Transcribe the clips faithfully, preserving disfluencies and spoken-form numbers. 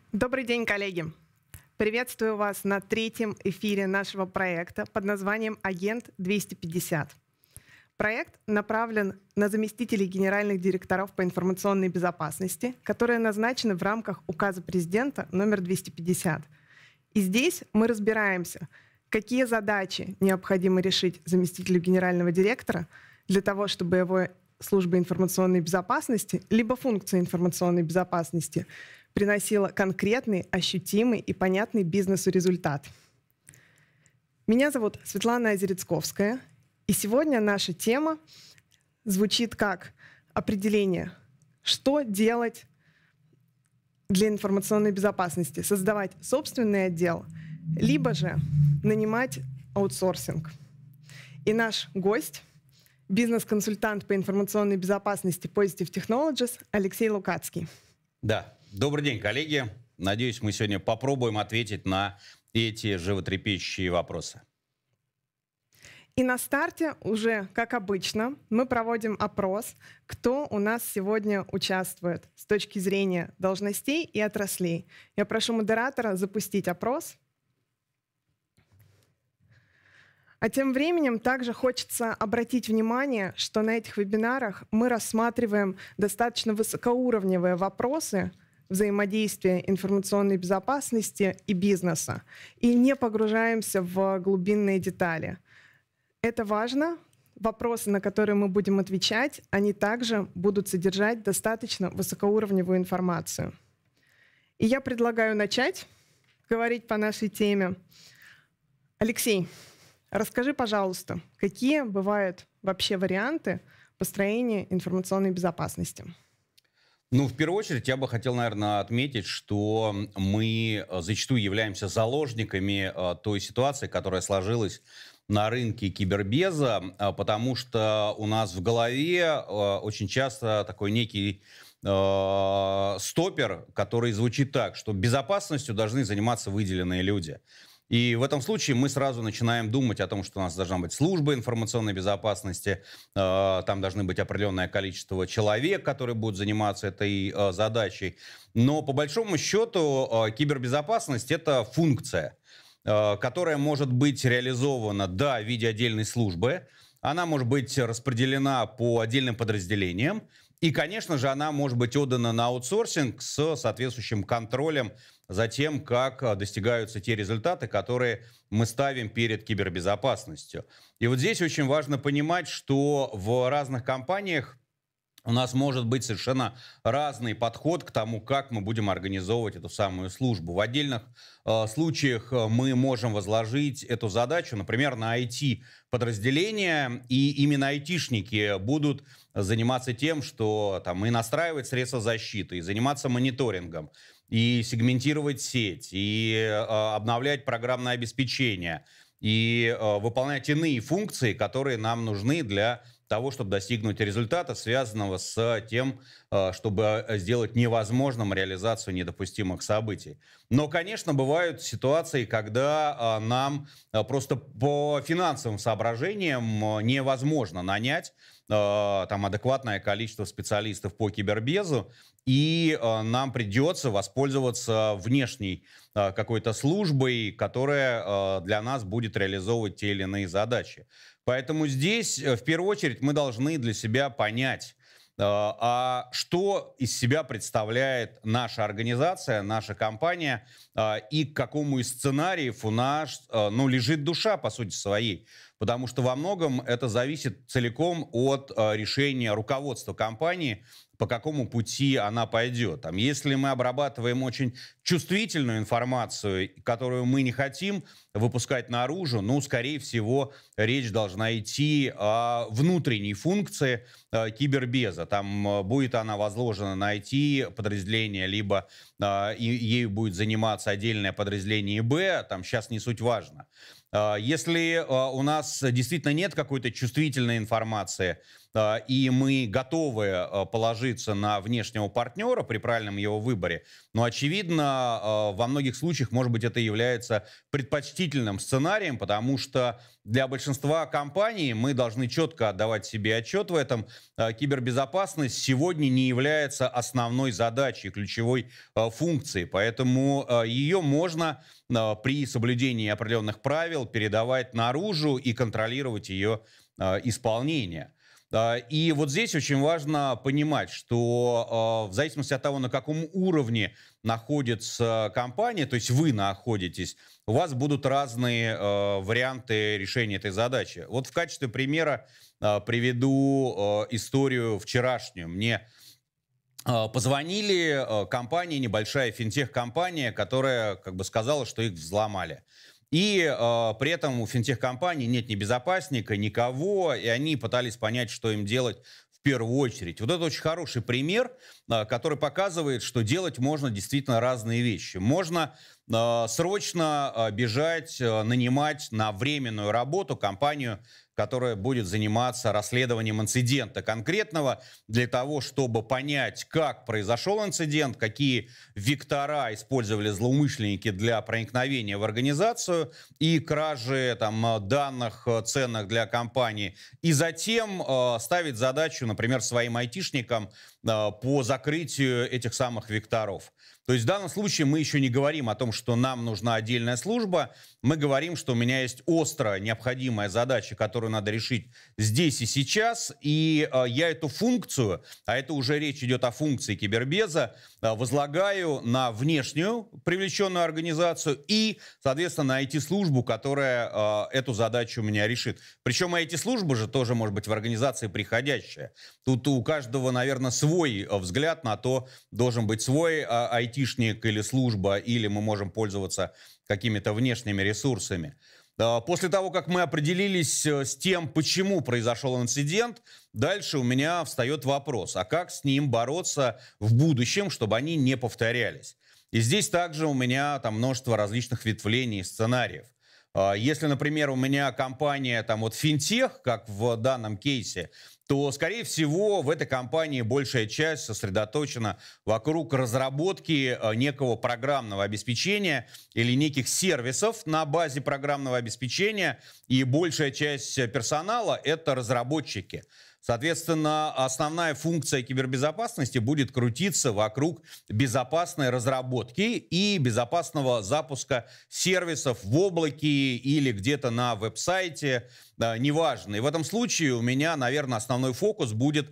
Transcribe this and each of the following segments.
Добрый день, коллеги! Приветствую вас на третьем эфире нашего проекта под названием «Агент двести пятьдесят». Проект направлен на заместителей генеральных директоров по информационной безопасности, которые назначены в рамках указа президента номер двести пятьдесят. И здесь мы разбираемся, какие задачи необходимо решить заместителю генерального директора для того, чтобы его служба информационной безопасности, либо функция информационной безопасности приносила конкретный, ощутимый и понятный бизнесу результат. Меня зовут Светлана Озерецковская, и сегодня наша тема звучит как определение, что делать для информационной безопасности: создавать собственный отдел, либо же нанимать аутсорсинг. И наш гость — бизнес-консультант по информационной безопасности Positive Technologies Алексей Лукацкий. Да. Добрый день, коллеги. Надеюсь, мы сегодня попробуем ответить на эти животрепещущие вопросы. И на старте уже, как обычно, мы проводим опрос, кто у нас сегодня участвует с точки зрения должностей и отраслей. Я прошу модератора запустить опрос. А тем временем также хочется обратить внимание, что на этих вебинарах мы рассматриваем достаточно высокоуровневые вопросы взаимодействия информационной безопасности и бизнеса, и не погружаемся в глубинные детали. Это важно. Вопросы, на которые мы будем отвечать, они также будут содержать достаточно высокоуровневую информацию. И я предлагаю начать говорить по нашей теме. Алексей, расскажи, пожалуйста, какие бывают вообще варианты построения информационной безопасности? Ну, в первую очередь, я бы хотел, наверное, отметить, что мы зачастую являемся заложниками той ситуации, которая сложилась на рынке кибербеза, потому что у нас в голове очень часто такой некий э, стопер, который звучит так, что безопасностью должны заниматься выделенные люди. И в этом случае мы сразу начинаем думать о том, что у нас должна быть служба информационной безопасности, э, там должны быть определенное количество человек, которые будут заниматься этой э, задачей. Но по большому счету э, кибербезопасность — это функция, э, которая может быть реализована, да, в виде отдельной службы, она может быть распределена по отдельным подразделениям, и, конечно же, она может быть отдана на аутсорсинг с соответствующим контролем за тем, как достигаются те результаты, которые мы ставим перед кибербезопасностью. И вот здесь очень важно понимать, что в разных компаниях у нас может быть совершенно разный подход к тому, как мы будем организовывать эту самую службу. В отдельных э, случаях мы можем возложить эту задачу, например, на ай ти-подразделения, и именно айтишники будут заниматься тем, что там и настраивать средства защиты, и заниматься мониторингом, и сегментировать сеть, и э, обновлять программное обеспечение, и э, выполнять иные функции, которые нам нужны для того, чтобы достигнуть результата, связанного с тем, чтобы сделать невозможным реализацию недопустимых событий. Но, конечно, бывают ситуации, когда нам просто по финансовым соображениям невозможно нанять там адекватное количество специалистов по кибербезу, и нам придется воспользоваться внешней какой-то службой, которая для нас будет реализовывать те или иные задачи. Поэтому здесь, в первую очередь, мы должны для себя понять, а что из себя представляет наша организация, наша компания, и к какому из сценариев у нас ну, лежит душа, по сути своей. Потому что во многом это зависит целиком от решения руководства компании, по какому пути она пойдет. Там, если мы обрабатываем очень чувствительную информацию, которую мы не хотим выпускать наружу, ну, скорее всего, речь должна идти о внутренней функции э, кибербеза. Там э, будет она возложена на ай ти-подразделение, либо э, и, ею будет заниматься отдельное подразделение Б, там сейчас не суть важно. Если у нас действительно нет какой-то чувствительной информации, и мы готовы положиться на внешнего партнера при правильном его выборе, но, очевидно, во многих случаях, может быть, это является предпочтительным сценарием, потому что для большинства компаний мы должны четко отдавать себе отчет в этом. Кибербезопасность сегодня не является основной задачей, ключевой функцией, поэтому ее можно при соблюдении определенных правил передавать наружу и контролировать ее исполнение. И вот здесь очень важно понимать, что в зависимости от того, на каком уровне находится компания, то есть вы находитесь, у вас будут разные варианты решения этой задачи. Вот в качестве примера приведу историю вчерашнюю. Мне позвонили, компания, небольшая финтех-компания, которая как бы сказала, что их взломали. И э, при этом у финтех-компании нет ни безопасника, никого, и они пытались понять, что им делать в первую очередь. Вот это очень хороший пример, э, который показывает, что делать можно действительно разные вещи. Можно э, срочно э, бежать, э, нанимать на временную работу компанию, которая будет заниматься расследованием инцидента конкретного, для того, чтобы понять, как произошел инцидент, какие вектора использовали злоумышленники для проникновения в организацию и кражи там, данных ценных для компании. И затем э, ставить задачу, например, своим айтишникам э, по закрытию этих самых векторов. То есть в данном случае мы еще не говорим о том, что нам нужна отдельная служба. Мы говорим, что у меня есть остро необходимая задача, которую надо решить здесь и сейчас. И э, я эту функцию, а это уже речь идет о функции кибербеза, э, возлагаю на внешнюю привлеченную организацию и, соответственно, на ай ти-службу, которая э, эту задачу у меня решит. Причем ай ти-служба же тоже может быть в организации приходящая. Тут у каждого, наверное, свой взгляд на то, должен быть свой ай ти или служба, или мы можем пользоваться какими-то внешними ресурсами. После того, как мы определились с тем, почему произошел инцидент, дальше у меня встает вопрос, а как с ним бороться в будущем, чтобы они не повторялись? И здесь также у меня там множество различных ветвлений и сценариев. Если, например, у меня компания там вот финтех, как в данном кейсе, то, скорее всего, в этой компании большая часть сосредоточена вокруг разработки некого программного обеспечения или неких сервисов на базе программного обеспечения, и большая часть персонала – это разработчики. Соответственно, основная функция кибербезопасности будет крутиться вокруг безопасной разработки и безопасного запуска сервисов в облаке или где-то на веб-сайте, да, неважно. И в этом случае у меня, наверное, основной фокус будет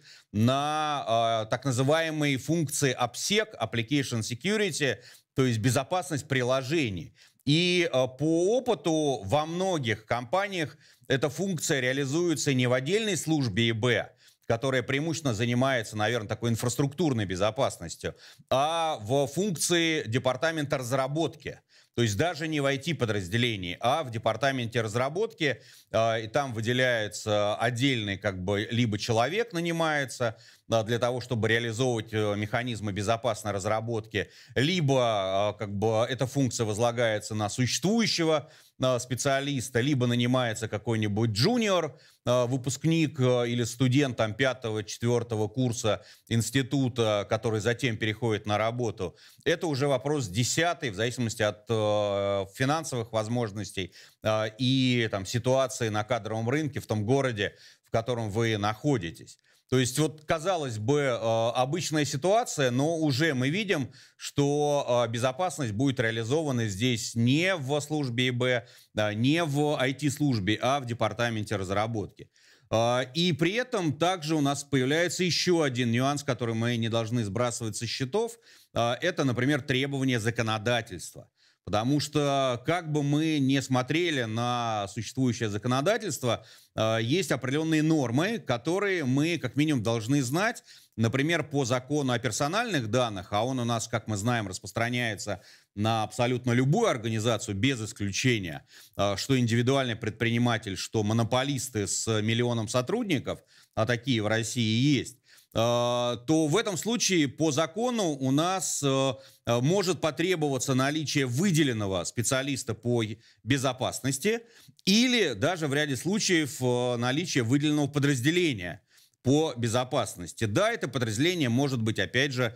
на э, так называемой функции обсек, Application Security, то есть безопасность приложений. И э, по опыту во многих компаниях эта функция реализуется не в отдельной службе ИБ, которая преимущественно занимается, наверное, такой инфраструктурной безопасностью, а в функции департамента разработки. То есть даже не в ай ти-подразделении, а в департаменте разработки. Э, и там выделяется отдельный как бы либо человек нанимается э, для того, чтобы реализовывать э, механизмы безопасной разработки, либо э, как бы эта функция возлагается на существующего э, специалиста, либо нанимается какой-нибудь джуниор, э, выпускник э, или студент там пятого-четвертого курса института, который затем переходит на работу. Это уже вопрос десятый, в зависимости от э, финансовых возможностей э, и там, ситуации на кадровом рынке в том городе, в котором вы находитесь. То есть вот, казалось бы, э, обычная ситуация, но уже мы видим, что э, безопасность будет реализована здесь не в службе ИБ, да, не в ай ти-службе, а в департаменте разработки. Э, и при этом также у нас появляется еще один нюанс, который мы не должны сбрасывать со счетов. Э, это, например, требования законодательства. Потому что, как бы мы ни смотрели на существующее законодательство, э, есть определенные нормы, которые мы, как минимум, должны знать. Например, по закону о персональных данных, а он у нас, как мы знаем, распространяется на абсолютно любую организацию, без исключения, э, что индивидуальный предприниматель, что монополисты с миллионом сотрудников, а такие в России есть. то в этом случае по закону у нас может потребоваться наличие выделенного специалиста по безопасности или даже в ряде случаев наличие выделенного подразделения по безопасности. Да, это подразделение может быть, опять же,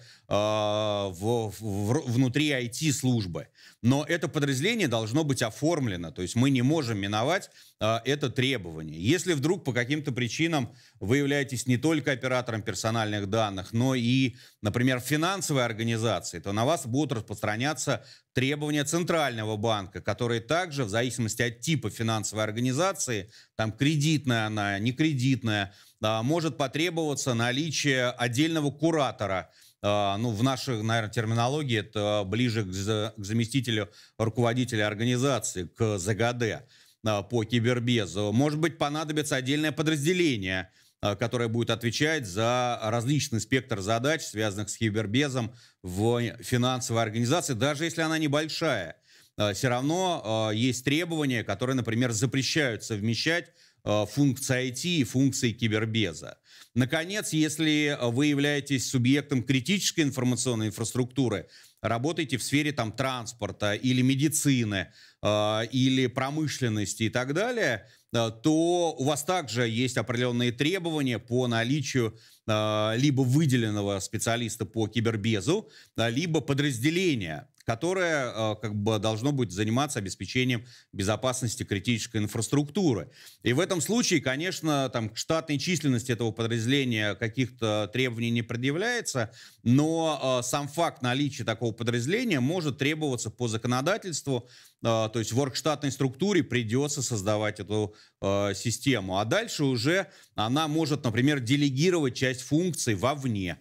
в, в, внутри ай ти-службы, но это подразделение должно быть оформлено, то есть мы не можем миновать это требование. Если вдруг по каким-то причинам вы являетесь не только оператором персональных данных, но и, например, финансовой организацией, то на вас будут распространяться требования Центрального банка, которые также, в зависимости от типа финансовой организации, там кредитная она, не кредитная, может потребоваться наличие отдельного куратора. Ну, в нашей, наверное, терминологии это ближе к заместителю руководителя организации, к ЗГД по кибербезу. Может быть, понадобится отдельное подразделение, которое будет отвечать за различный спектр задач, связанных с кибербезом в финансовой организации, даже если она небольшая. Все равно есть требования, которые, например, запрещают совмещать функции ай ти и функции кибербеза. Наконец, если вы являетесь субъектом критической информационной инфраструктуры, работаете в сфере там, транспорта или медицины, э, или промышленности и так далее, э, то у вас также есть определенные требования по наличию э, либо выделенного специалиста по кибербезу, э, либо подразделения, которое э, как бы должно будет заниматься обеспечением безопасности критической инфраструктуры. И в этом случае, конечно, там, к штатной численности этого подразделения каких-то требований не предъявляется, но э, сам факт наличия такого подразделения может требоваться по законодательству, э, то есть в оргштатной структуре придется создавать эту э, систему. А дальше уже она может, например, делегировать часть функций вовне,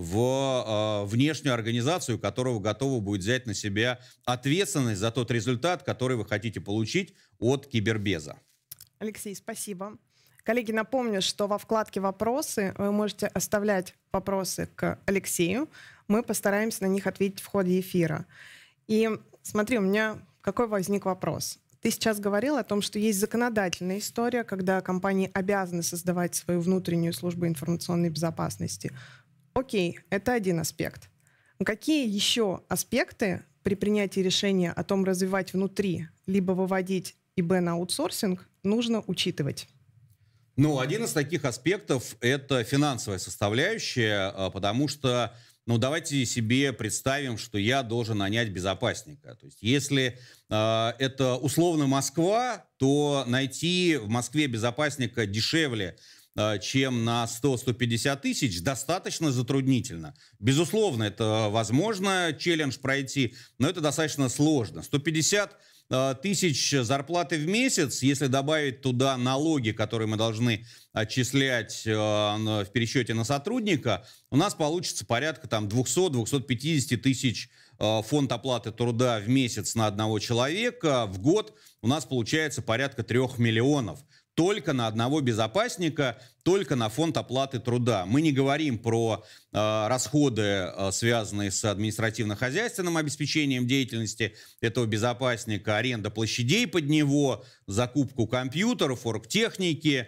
в э, внешнюю организацию, которая готова будет взять на себя ответственность за тот результат, который вы хотите получить от кибербеза. Алексей, спасибо. Коллеги, напомню, что во вкладке «Вопросы» вы можете оставлять вопросы к Алексею. Мы постараемся на них ответить в ходе эфира. И смотри, у меня какой возник вопрос. Ты сейчас говорил о том, что есть законодательная история, когда компании обязаны создавать свою внутреннюю службу информационной безопасности. Окей, это один аспект. Какие еще аспекты при принятии решения о том, развивать внутри, либо выводить ИБ на аутсорсинг, нужно учитывать? Ну, один из таких аспектов – это финансовая составляющая, потому что, ну, давайте себе представим, что я должен нанять безопасника. То есть, если э, это условно Москва, то найти в Москве безопасника дешевле, чем на сто — сто пятьдесят тысяч, достаточно затруднительно. Безусловно, это возможно, челлендж пройти, но это достаточно сложно. сто пятьдесят тысяч зарплаты в месяц, если добавить туда налоги, которые мы должны отчислять в пересчете на сотрудника, у нас получится порядка там двести — двести пятьдесят тысяч фонд оплаты труда в месяц на одного человека. В год у нас получается порядка трех миллионов. Только на одного безопасника, только на фонд оплаты труда. Мы не говорим про э, расходы, э, связанные с административно-хозяйственным обеспечением деятельности этого безопасника, аренда площадей под него, закупку компьютеров, оргтехники,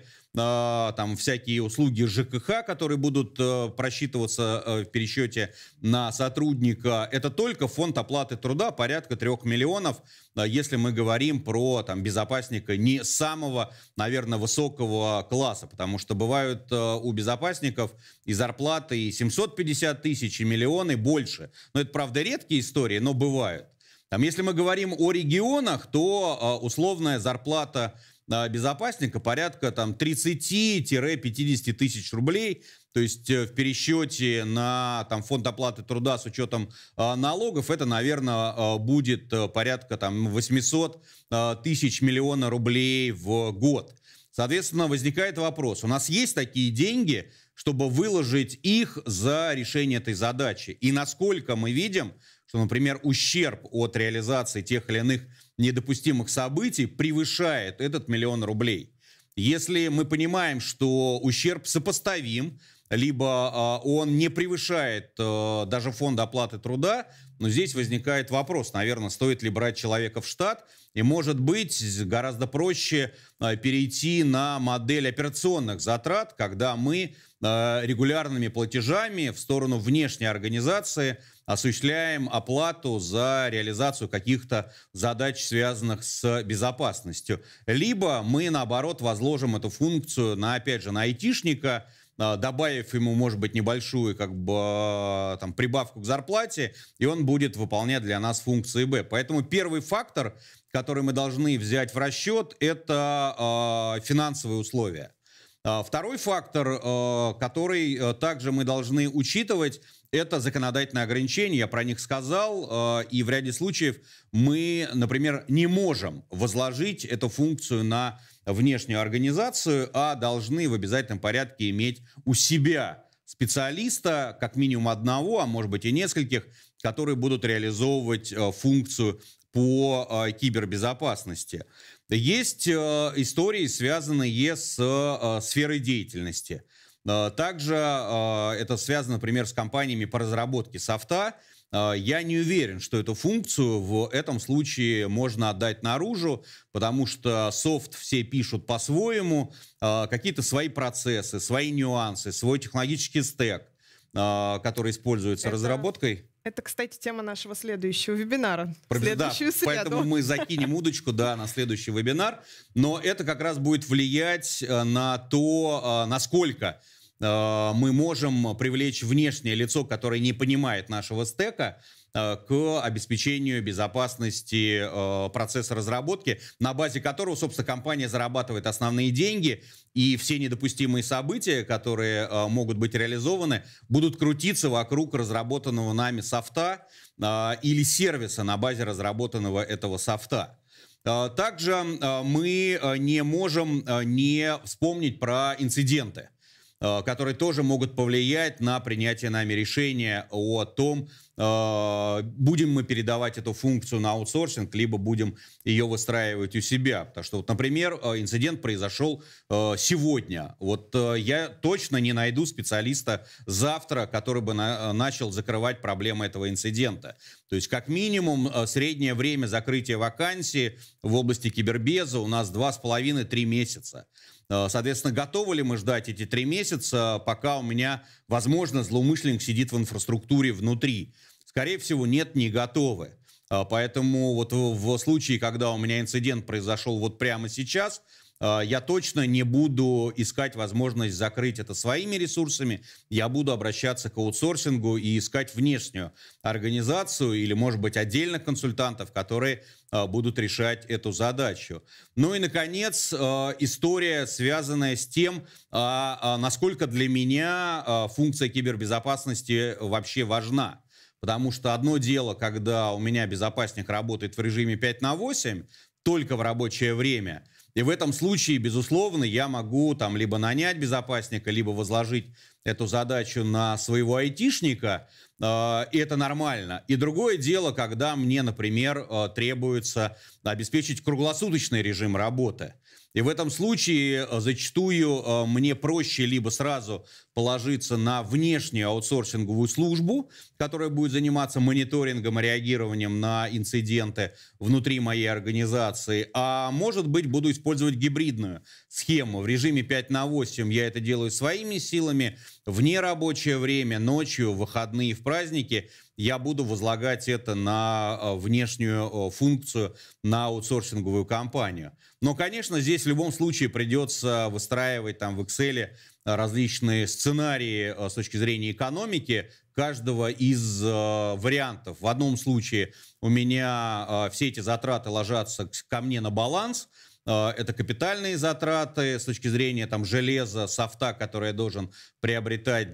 э, там всякие услуги ЖКХ, которые будут э, просчитываться э, в пересчете на сотрудника. Это только фонд оплаты труда порядка трех миллионов, э, если мы говорим про там, безопасника не самого, наверное, высокого класса, потому что бывают э, у безопасников и зарплаты и семьсот пятьдесят тысяч, и миллионы, больше. Но это, правда, редкие истории, но бывают. Там, если мы говорим о регионах, то э, условная зарплата э, безопасника порядка там, тридцать-пятьдесят тысяч рублей. То есть э, в пересчете на там, фонд оплаты труда с учетом э, налогов это, наверное, э, будет э, порядка там, восемьсот тысяч миллиона рублей в год. Соответственно, возникает вопрос. У нас есть такие деньги, чтобы выложить их за решение этой задачи? И насколько мы видим, что, например, ущерб от реализации тех или иных недопустимых событий превышает этот миллион рублей? Если мы понимаем, что ущерб сопоставим, либо э, он не превышает э, даже фонд оплаты труда, но здесь возникает вопрос, наверное, стоит ли брать человека в штат, и, может быть, гораздо проще э, перейти на модель операционных затрат, когда мы регулярными платежами в сторону внешней организации осуществляем оплату за реализацию каких-то задач, связанных с безопасностью. Либо мы, наоборот, возложим эту функцию на, опять же, на айтишника, добавив ему, может быть, небольшую как бы, там, прибавку к зарплате, и он будет выполнять для нас функции Б. Поэтому первый фактор, который мы должны взять в расчет, это э, финансовые условия. Второй фактор, который также мы должны учитывать, это законодательные ограничения, я про них сказал, и в ряде случаев мы, например, не можем возложить эту функцию на внешнюю организацию, а должны в обязательном порядке иметь у себя специалиста, как минимум одного, а может быть и нескольких, которые будут реализовывать функцию по кибербезопасности. Есть э, истории, связанные с э, сферой деятельности. Э, также э, это связано, например, с компаниями по разработке софта. Э, я не уверен, что эту функцию в этом случае можно отдать наружу, потому что софт все пишут по-своему, э, какие-то свои процессы, свои нюансы, свой технологический стек, э, который используется это... разработкой. Это, кстати, тема нашего следующего вебинара. Про, следующую да, среду. Поэтому мы закинем удочку да, на следующий вебинар. Но это как раз будет влиять на то, насколько мы можем привлечь внешнее лицо, которое не понимает нашего стека, к обеспечению безопасности процесса разработки, на базе которого, собственно, компания зарабатывает основные деньги, и все недопустимые события, которые могут быть реализованы, будут крутиться вокруг разработанного нами софта или сервиса на базе разработанного этого софта. Также мы не можем не вспомнить про инциденты, которые тоже могут повлиять на принятие нами решения о том, будем мы передавать эту функцию на аутсорсинг, либо будем ее выстраивать у себя. Потому что, вот, например, инцидент произошел сегодня. Вот я точно не найду специалиста завтра, который бы на, начал закрывать проблемы этого инцидента. То есть, как минимум, среднее время закрытия вакансии в области кибербеза у нас два с половиной — три месяца. Соответственно, готовы ли мы ждать эти три месяца, пока у меня, возможно, злоумышленник сидит в инфраструктуре внутри? Скорее всего, нет, не готовы. Поэтому вот в случае, когда у меня инцидент произошел вот прямо сейчас, я точно не буду искать возможность закрыть это своими ресурсами. Я буду обращаться к аутсорсингу и искать внешнюю организацию или, может быть, отдельных консультантов, которые будут решать эту задачу. Ну и, наконец, история, связанная с тем, насколько для меня функция кибербезопасности вообще важна. Потому что одно дело, когда у меня безопасник работает в режиме пять на восемь, только в рабочее время. И в этом случае, безусловно, я могу там либо нанять безопасника, либо возложить эту задачу на своего айтишника, э, и это нормально. И другое дело, когда мне, например, э, требуется обеспечить круглосуточный режим работы. И в этом случае зачастую э, мне проще либо сразу положиться на внешнюю аутсорсинговую службу, которая будет заниматься мониторингом и реагированием на инциденты внутри моей организации, а может быть, буду использовать гибридную схему. В режиме пять на восемь я это делаю своими силами, в нерабочее время, ночью, в выходные, в праздники я буду возлагать это на внешнюю функцию, на аутсорсинговую компанию. Но, конечно, здесь в любом случае придется выстраивать там в Excel различные сценарии с точки зрения экономики каждого из э, вариантов. В одном случае у меня э, все эти затраты ложатся ко мне на баланс. Э, это капитальные затраты с точки зрения там, железа, софта, который я должен приобретать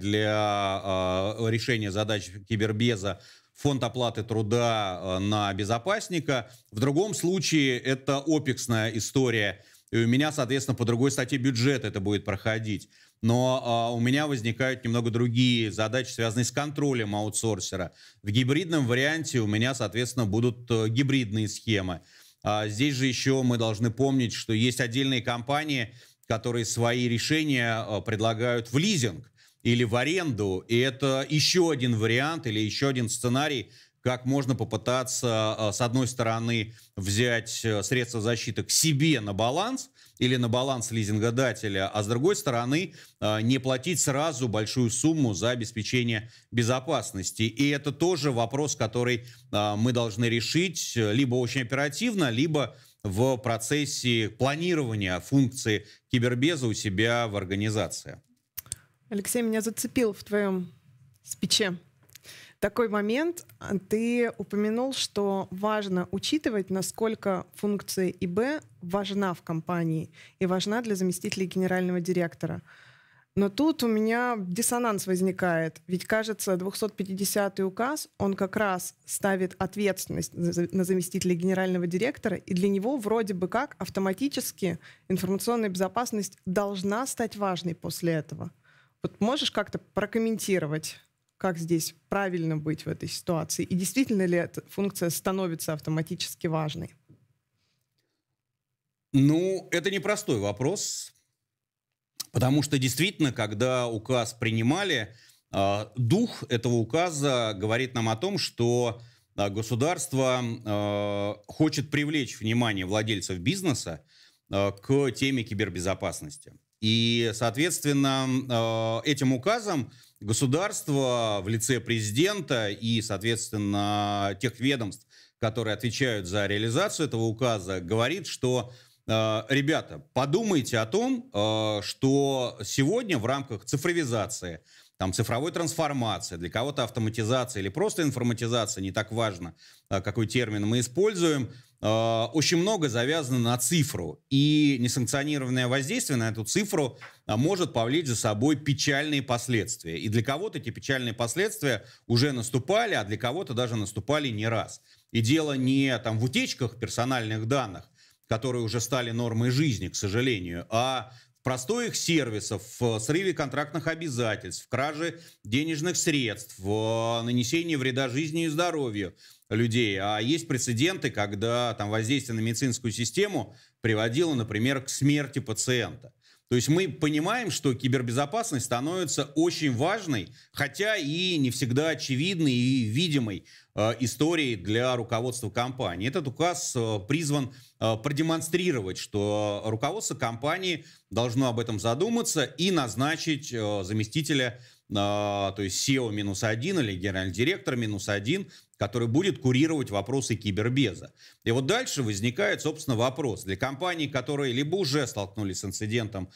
для э, решения задач кибербеза, фонд оплаты труда на безопасника. В другом случае это опексная история. И у меня, соответственно, по другой статье бюджета это будет проходить. Но а, у меня возникают немного другие задачи, связанные с контролем аутсорсера. В гибридном варианте у меня, соответственно, будут а, гибридные схемы. А, здесь же еще мы должны помнить, что есть отдельные компании, которые свои решения а, предлагают в лизинг или в аренду. И это еще один вариант или еще один сценарий, как можно попытаться, э, с одной стороны, взять э, средства защиты к себе на баланс или на баланс лизингодателя, а с другой стороны, э, не платить сразу большую сумму за обеспечение безопасности. И это тоже вопрос, который э, мы должны решить э, либо очень оперативно, либо в процессе планирования функции кибербеза у себя в организации. Алексей, меня зацепил в твоем спиче такой момент. Ты упомянул, что важно учитывать, насколько функция И Б важна в компании и важна для заместителей генерального директора. Но тут у меня диссонанс возникает. Ведь, кажется, двухсот пятидесятый указ, он как раз ставит ответственность на заместителя генерального директора, и для него вроде бы как автоматически информационная безопасность должна стать важной после этого. Вот можешь как-то прокомментировать, как здесь правильно быть в этой ситуации? И действительно ли эта функция становится автоматически важной? Ну, это непростой вопрос. Потому что действительно, когда указ принимали, э, дух этого указа говорит нам о том, что э, государство э, хочет привлечь внимание владельцев бизнеса э, к теме кибербезопасности. И, соответственно, э, этим указом государство в лице президента и, соответственно, тех ведомств, которые отвечают за реализацию этого указа, говорит, что ребята, подумайте о том, что сегодня в рамках цифровизации, там, цифровой трансформации, для кого-то автоматизация или просто информатизация, не так важно, какой термин мы используем, очень много завязано на цифру. И несанкционированное воздействие на эту цифру может повлечь за собой печальные последствия. И для кого-то эти печальные последствия уже наступали, а для кого-то даже наступали не раз. И дело не там, в утечках персональных данных, которые уже стали нормой жизни, к сожалению, а в простой их сервисов, в срыве контрактных обязательств, в краже денежных средств, в нанесении вреда жизни и здоровью людей. А есть прецеденты, когда там, воздействие на медицинскую систему приводило, например, к смерти пациента. То есть мы понимаем, что кибербезопасность становится очень важной, хотя и не всегда очевидной и видимой э, историей для руководства компании. Этот указ э, призван э, продемонстрировать, что руководство компании должно об этом задуматься и назначить э, заместителя, э, то есть си и о минус один или генеральный директор минус один, который будет курировать вопросы кибербеза. И вот дальше возникает, собственно, вопрос. Для компаний, которые либо уже столкнулись с инцидентом,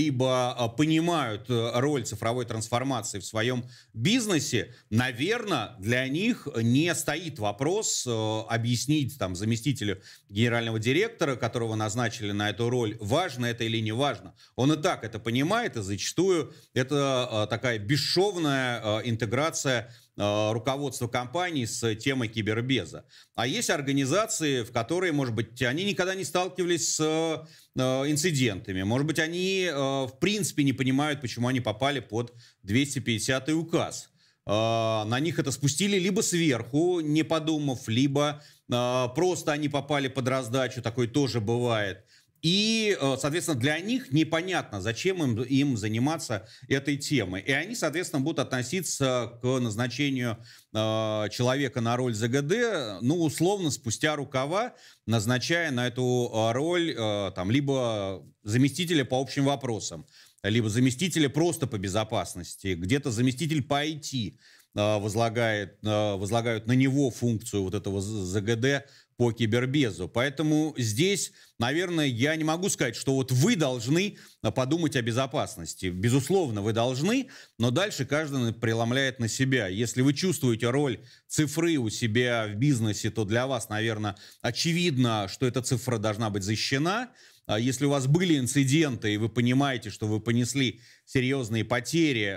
либо понимают роль цифровой трансформации в своем бизнесе, наверное, для них не стоит вопрос объяснить там, заместителю генерального директора, которого назначили на эту роль, важно это или не важно. Он и так это понимает, и зачастую это такая бесшовная интеграция руководства компании с темой кибербеза. А есть организации, в которые, может быть, они никогда не сталкивались с э, инцидентами. Может быть, они э, в принципе не понимают, почему они попали под двести пятидесятый указ. Э, на них это спустили либо сверху, не подумав, либо э, просто они попали под раздачу, такое тоже бывает. И, соответственно, для них непонятно, зачем им, им заниматься этой темой. И они, соответственно, будут относиться к назначению э, человека на роль зэ гэ дэ, ну, условно, спустя рукава, назначая на эту роль э, там, либо заместителя по общим вопросам, либо заместителя просто по безопасности, где-то заместитель по ай ти э, возлагает, э, возлагают на него функцию вот этого зэ гэ дэ по кибербезу. Поэтому здесь, наверное, я не могу сказать, что вот вы должны подумать о безопасности. Безусловно, вы должны, но дальше каждый преломляет на себя. Если вы чувствуете роль цифры у себя в бизнесе, то для вас, наверное, очевидно, что эта цифра должна быть защищена. Если у вас были инциденты, и вы понимаете, что вы понесли серьезные потери э,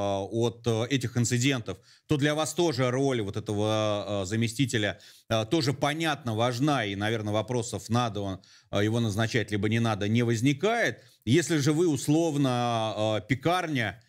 от э, этих инцидентов, то для вас тоже роль вот этого э, заместителя э, тоже понятно важна, и, наверное, вопросов, надо он, э, его назначать, либо не надо, не возникает. Если же вы условно э, пекарня,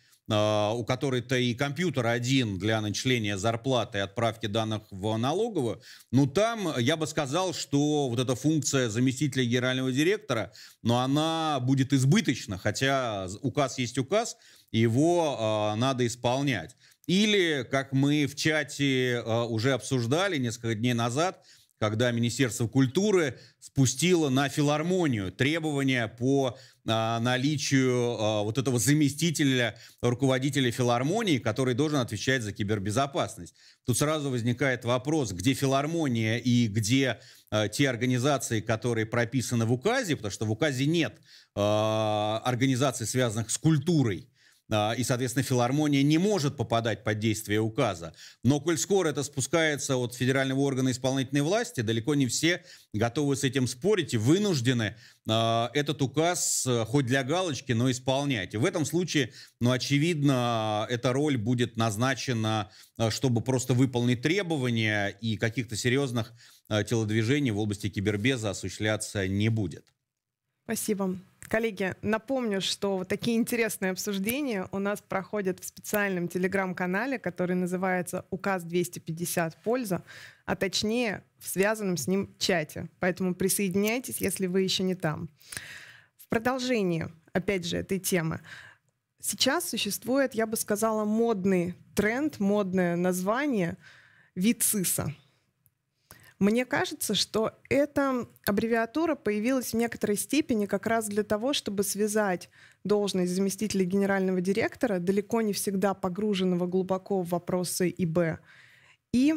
у которой-то и компьютер один для начисления зарплаты и отправки данных в налоговую, ну там я бы сказал, что вот эта функция заместителя генерального директора, но она будет избыточна, хотя указ есть указ, его э, надо исполнять. Или, как мы в чате э, уже обсуждали несколько дней назад, когда Министерство культуры спустило на филармонию требования по а, наличию а, вот этого заместителя руководителя филармонии, который должен отвечать за кибербезопасность. Тут сразу возникает вопрос, где филармония и где а, те организации, которые прописаны в указе, потому что в указе нет а, организаций, связанных с культурой. И, соответственно, филармония не может попадать под действие указа. Но, коль скоро это спускается от федерального органа исполнительной власти, далеко не все готовы с этим спорить и вынуждены э, этот указ э, хоть для галочки, но исполнять. И в этом случае, ну, очевидно, эта роль будет назначена, э, чтобы просто выполнить требования, и каких-то серьезных э, телодвижений в области кибербеза осуществляться не будет. Спасибо. Коллеги, напомню, что такие интересные обсуждения у нас проходят в специальном телеграм-канале, который называется «Указ двести пятьдесят. Польза», а точнее в связанном с ним чате. Поэтому присоединяйтесь, если вы еще не там. В продолжении, опять же, этой темы. Сейчас существует, я бы сказала, модный тренд, модное название ВИЦИСа. Мне кажется, что эта аббревиатура появилась в некоторой степени как раз для того, чтобы связать должность заместителя генерального директора, далеко не всегда погруженного глубоко в вопросы ИБ, и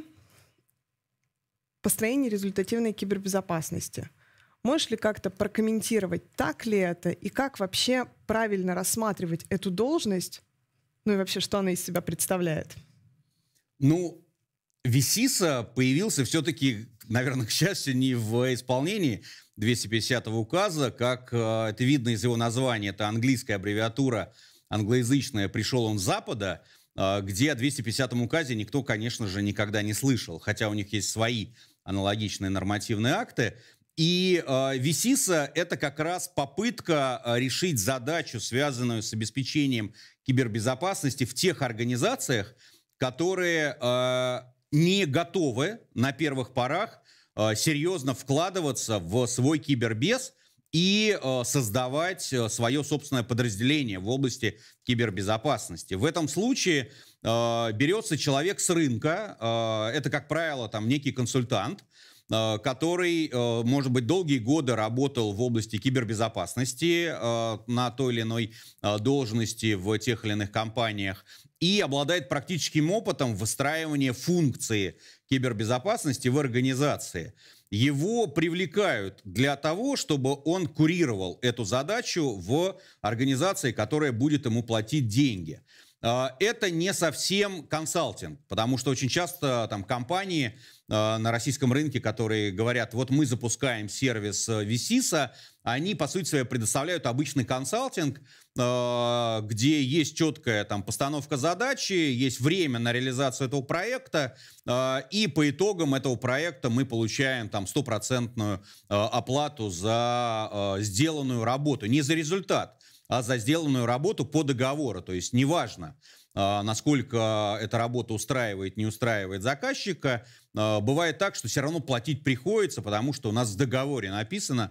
построение результативной кибербезопасности. Можешь ли как-то прокомментировать, так ли это, и как вообще правильно рассматривать эту должность, ну и вообще, что она из себя представляет? Ну, ВИСИСа появился все-таки, наверное, к счастью, не в исполнении двести пятидесятого указа, как э, это видно из его названия. Это английская аббревиатура, англоязычная, пришел он с Запада, э, где о двести пятидесятом указе никто, конечно же, никогда не слышал, хотя у них есть свои аналогичные нормативные акты. И э, ВИСИСа — это как раз попытка э, решить задачу, связанную с обеспечением кибербезопасности в тех организациях, которые э, не готовы на первых порах э, серьезно вкладываться в свой кибербез и э, создавать э, свое собственное подразделение в области кибербезопасности. В этом случае э, берется человек с рынка, э, это, как правило, там, некий консультант, э, который, э, может быть, долгие годы работал в области кибербезопасности э, на той или иной э, должности в тех или иных компаниях, и обладает практическим опытом выстраивания функции кибербезопасности в организации. Его привлекают для того, чтобы он курировал эту задачу в организации, которая будет ему платить деньги. Это не совсем консалтинг, потому что очень часто там компании на российском рынке, которые говорят, вот мы запускаем сервис ВИСИСа, они, по сути своей, предоставляют обычный консалтинг, где есть четкая там постановка задачи, есть время на реализацию этого проекта, и по итогам этого проекта мы получаем там стопроцентную оплату за сделанную работу. Не за результат, а за сделанную работу по договору. То есть неважно, насколько эта работа устраивает, не устраивает заказчика, бывает так, что все равно платить приходится, потому что у нас в договоре написано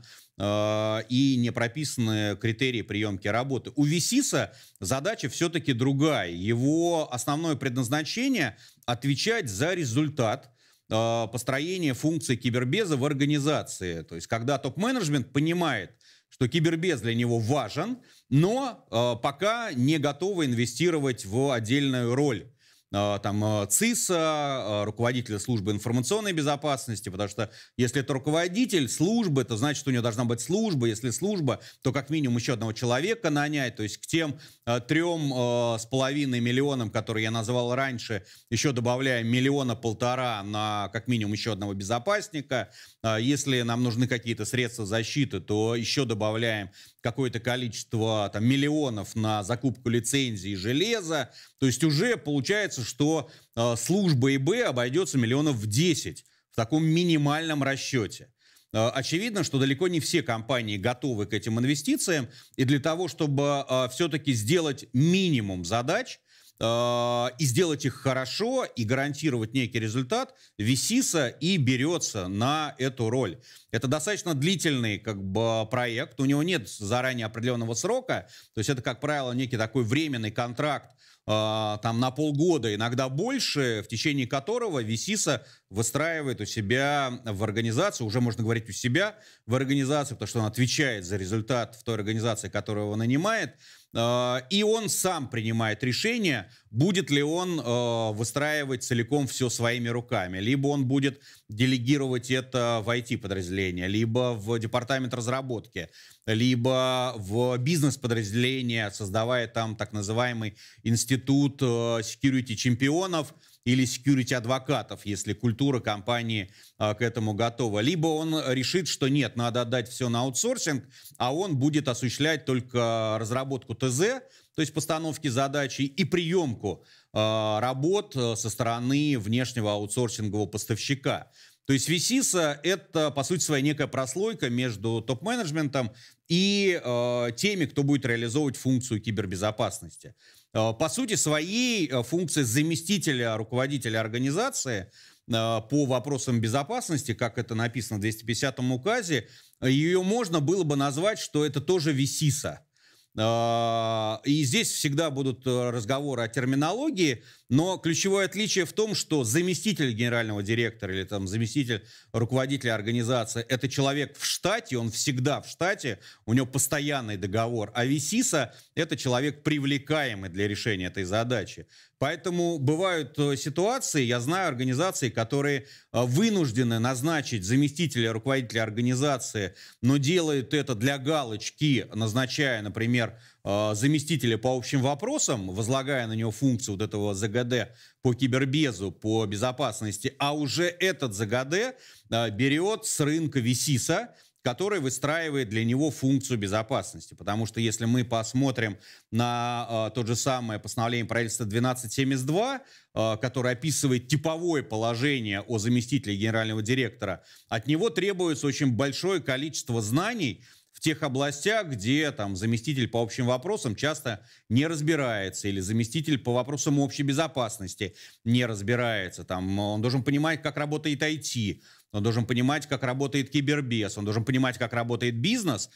и не прописаны критерии приемки работы. У ВИСИСа задача все-таки другая. Его основное предназначение — отвечать за результат построения функций кибербеза в организации. То есть когда топ-менеджмент понимает, что кибербез для него важен, но э, пока не готовы инвестировать в отдельную роль э, там, ЦИСа, э, руководителя службы информационной безопасности, потому что если это руководитель службы, то значит, что у него должна быть служба. Если служба, то как минимум еще одного человека нанять. То есть к тем э, трем э, с половиной миллионам, которые я назвал раньше, еще добавляем миллиона полтора на как минимум еще одного безопасника. Если нам нужны какие-то средства защиты, то еще добавляем какое-то количество там, миллионов на закупку лицензий и железа. То есть уже получается, что э, служба ИБ обойдется миллионов в десять в таком минимальном расчете. Э, очевидно, что далеко не все компании готовы к этим инвестициям. И для того, чтобы э, все-таки сделать минимум задач, и сделать их хорошо, и гарантировать некий результат, ВИСИСа и берется на эту роль. Это достаточно длительный как бы, проект, у него нет заранее определенного срока, то есть это, как правило, некий такой временный контракт э, там на полгода, иногда больше, в течение которого Висиса выстраивает у себя в организацию, уже можно говорить у себя в организацию, потому что он отвечает за результат в той организации, которую его нанимает, э, и он сам принимает решение, будет ли он э, выстраивать целиком все своими руками, либо он будет делегировать это в ай ти-подразделение, либо в департамент разработки, либо в бизнес-подразделение, создавая там так называемый институт security-чемпионов или security-адвокатов, если культура компании а, к этому готова. Либо он решит, что нет, надо отдать все на аутсорсинг, а он будет осуществлять только разработку тэ зэ, то есть постановки задачи и приемку а, работ со стороны внешнего аутсорсингового поставщика. То есть Висиса — это, по сути своей, некая прослойка между топ-менеджментом и э, теми, кто будет реализовывать функцию кибербезопасности. Э, по сути своей, э, функция заместителя руководителя организации э, по вопросам безопасности, как это написано в двести пятидесятом указе, ее можно было бы назвать, что это тоже Висиса. И здесь всегда будут разговоры о терминологии, но ключевое отличие в том, что заместитель генерального директора или там заместитель руководителя организации — это человек в штате, он всегда в штате, у него постоянный договор, а Висиса — это человек, привлекаемый для решения этой задачи. Поэтому бывают ситуации, я знаю организации, которые вынуждены назначить заместителя руководителя организации, но делают это для галочки, назначая, например, заместителя по общим вопросам, возлагая на него функцию вот этого зэ гэ дэ по кибербезу, по безопасности, а уже этот зэ гэ дэ берет с рынка Висиса, который выстраивает для него функцию безопасности. Потому что если мы посмотрим на э, то же самое постановление правительства двенадцать семьдесят два, э, которое описывает типовое положение о заместителе генерального директора, от него требуется очень большое количество знаний в тех областях, где там заместитель по общим вопросам часто не разбирается, или заместитель по вопросам общей безопасности не разбирается. Там он должен понимать, как работает ай ти, он должен понимать, как работает кибербез, он должен понимать, как работает бизнес,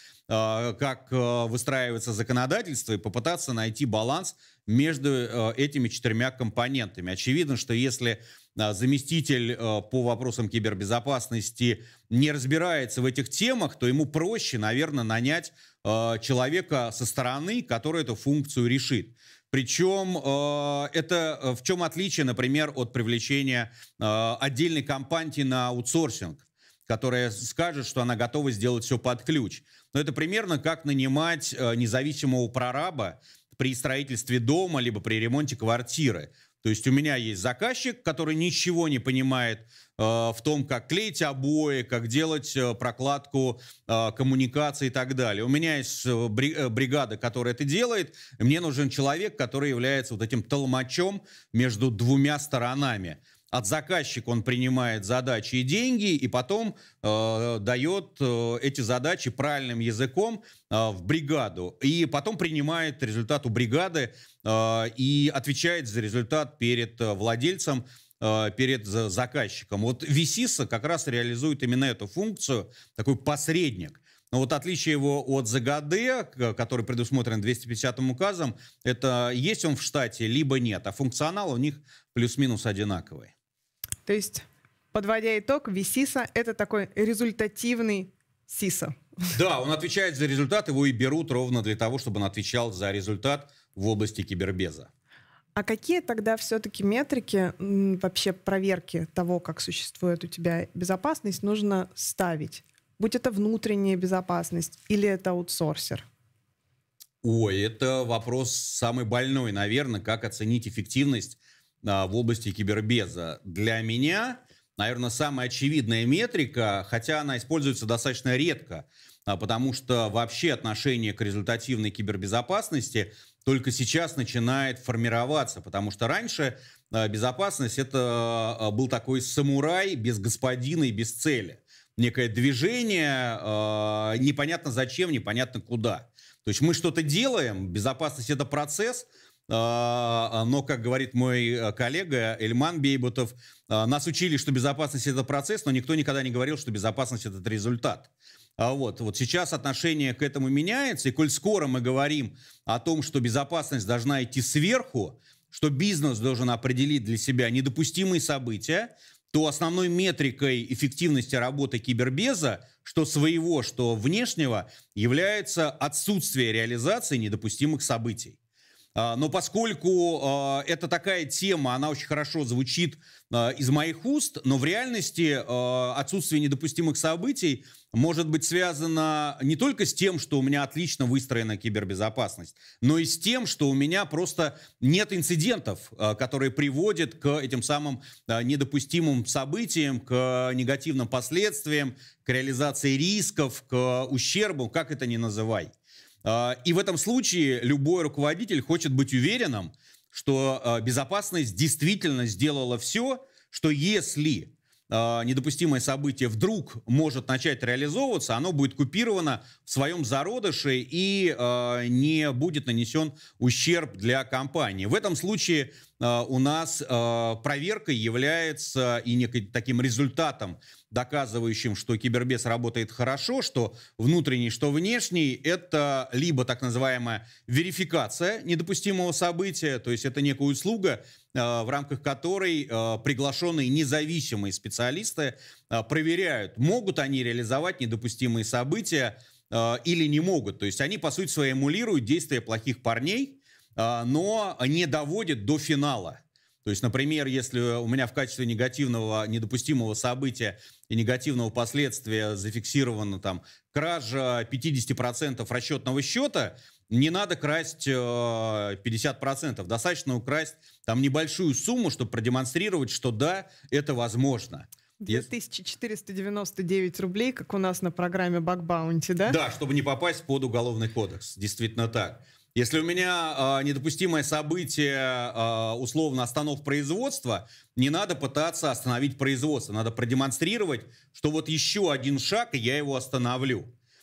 как выстраивается законодательство, и попытаться найти баланс между этими четырьмя компонентами. Очевидно, что если заместитель по вопросам кибербезопасности не разбирается в этих темах, то ему проще, наверное, нанять человека со стороны, который эту функцию решит. Причем э, это в чем отличие, например, от привлечения э, отдельной компании на аутсорсинг, которая скажет, что она готова сделать все под ключ. Но это примерно как нанимать э, независимого прораба при строительстве дома либо при ремонте квартиры. То есть у меня есть заказчик, который ничего не понимает э, в том, как клеить обои, как делать э, прокладку э, коммуникаций и так далее. У меня есть бригада, которая это делает. И мне нужен человек, который является вот этим толмачом между двумя сторонами. От заказчика он принимает задачи и деньги, и потом э, дает э, эти задачи правильным языком э, в бригаду. И потом принимает результат у бригады э, и отвечает за результат перед э, владельцем, э, перед э, заказчиком. Вот Висиса как раз реализует именно эту функцию, такой посредник. Но вот отличие его от зэ гэ дэ, который предусмотрен двести пятидесятым указом, это есть он в штате, либо нет. А функционал у них плюс-минус одинаковый. То есть, подводя итог, Висиса — это такой результативный сиса. Да, он отвечает за результат, его и берут ровно для того, чтобы он отвечал за результат в области кибербеза. А какие тогда все-таки метрики, вообще проверки того, как существует у тебя безопасность, нужно ставить? Будь это внутренняя безопасность или это аутсорсер? Ой, это вопрос самый больной, наверное, как оценить эффективность в области кибербеза. Для меня, наверное, самая очевидная метрика, хотя она используется достаточно редко, потому что вообще отношение к результативной кибербезопасности только сейчас начинает формироваться, потому что раньше безопасность — это был такой самурай без господина и без цели. Некое движение, непонятно зачем, непонятно куда. То есть мы что-то делаем, безопасность — это процесс, но, как говорит мой коллега Эльман Бейбутов, нас учили, что безопасность — это процесс, но никто никогда не говорил, что безопасность — это результат. Вот, вот сейчас отношение к этому меняется, и коль скоро мы говорим о том, что безопасность должна идти сверху, что бизнес должен определить для себя недопустимые события, то основной метрикой эффективности работы кибербеза, что своего, что внешнего, является отсутствие реализации недопустимых событий. Но поскольку э, это такая тема, она очень хорошо звучит э, из моих уст, но в реальности э, отсутствие недопустимых событий может быть связано не только с тем, что у меня отлично выстроена кибербезопасность, но и с тем, что у меня просто нет инцидентов, э, которые приводят к этим самым э, недопустимым событиям, к негативным последствиям, к реализации рисков, к ущербу, как это ни называй. И в этом случае любой руководитель хочет быть уверенным, что безопасность действительно сделала все, что если недопустимое событие вдруг может начать реализовываться, оно будет купировано в своем зародыше и не будет нанесен ущерб для компании. В этом случае у нас проверка является и неким таким результатом, доказывающим, что кибербез работает хорошо, что внутренний, что внешний, это либо так называемая верификация недопустимого события, то есть это некая услуга, в рамках которой приглашенные независимые специалисты проверяют, могут они реализовать недопустимые события или не могут. То есть они, по сути своей, эмулируют действия плохих парней, но не доводят до финала. То есть, например, если у меня в качестве негативного, недопустимого события и негативного последствия зафиксирована там кража пятьдесят процентов расчетного счета, не надо красть пятьдесят процентов. Достаточно украсть там небольшую сумму, чтобы продемонстрировать, что да, это возможно. две тысячи четыреста девяносто девять рублей, как у нас на программе Bug Bounty, да? Да, чтобы не попасть под уголовный кодекс. Действительно так. Если у меня э, недопустимое событие, э, условно, остановка производства, не надо пытаться остановить производство. Надо продемонстрировать, что вот еще один шаг, и я его остановлю.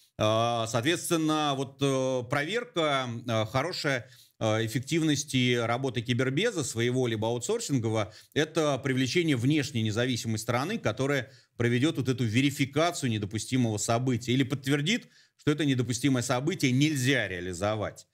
Э, соответственно, вот э, проверка э, хорошая э, эффективности работы кибербеза, своего либо аутсорсингового, это привлечение внешней независимой стороны, которая проведет вот эту верификацию недопустимого события или подтвердит, что это недопустимое событие нельзя реализовать.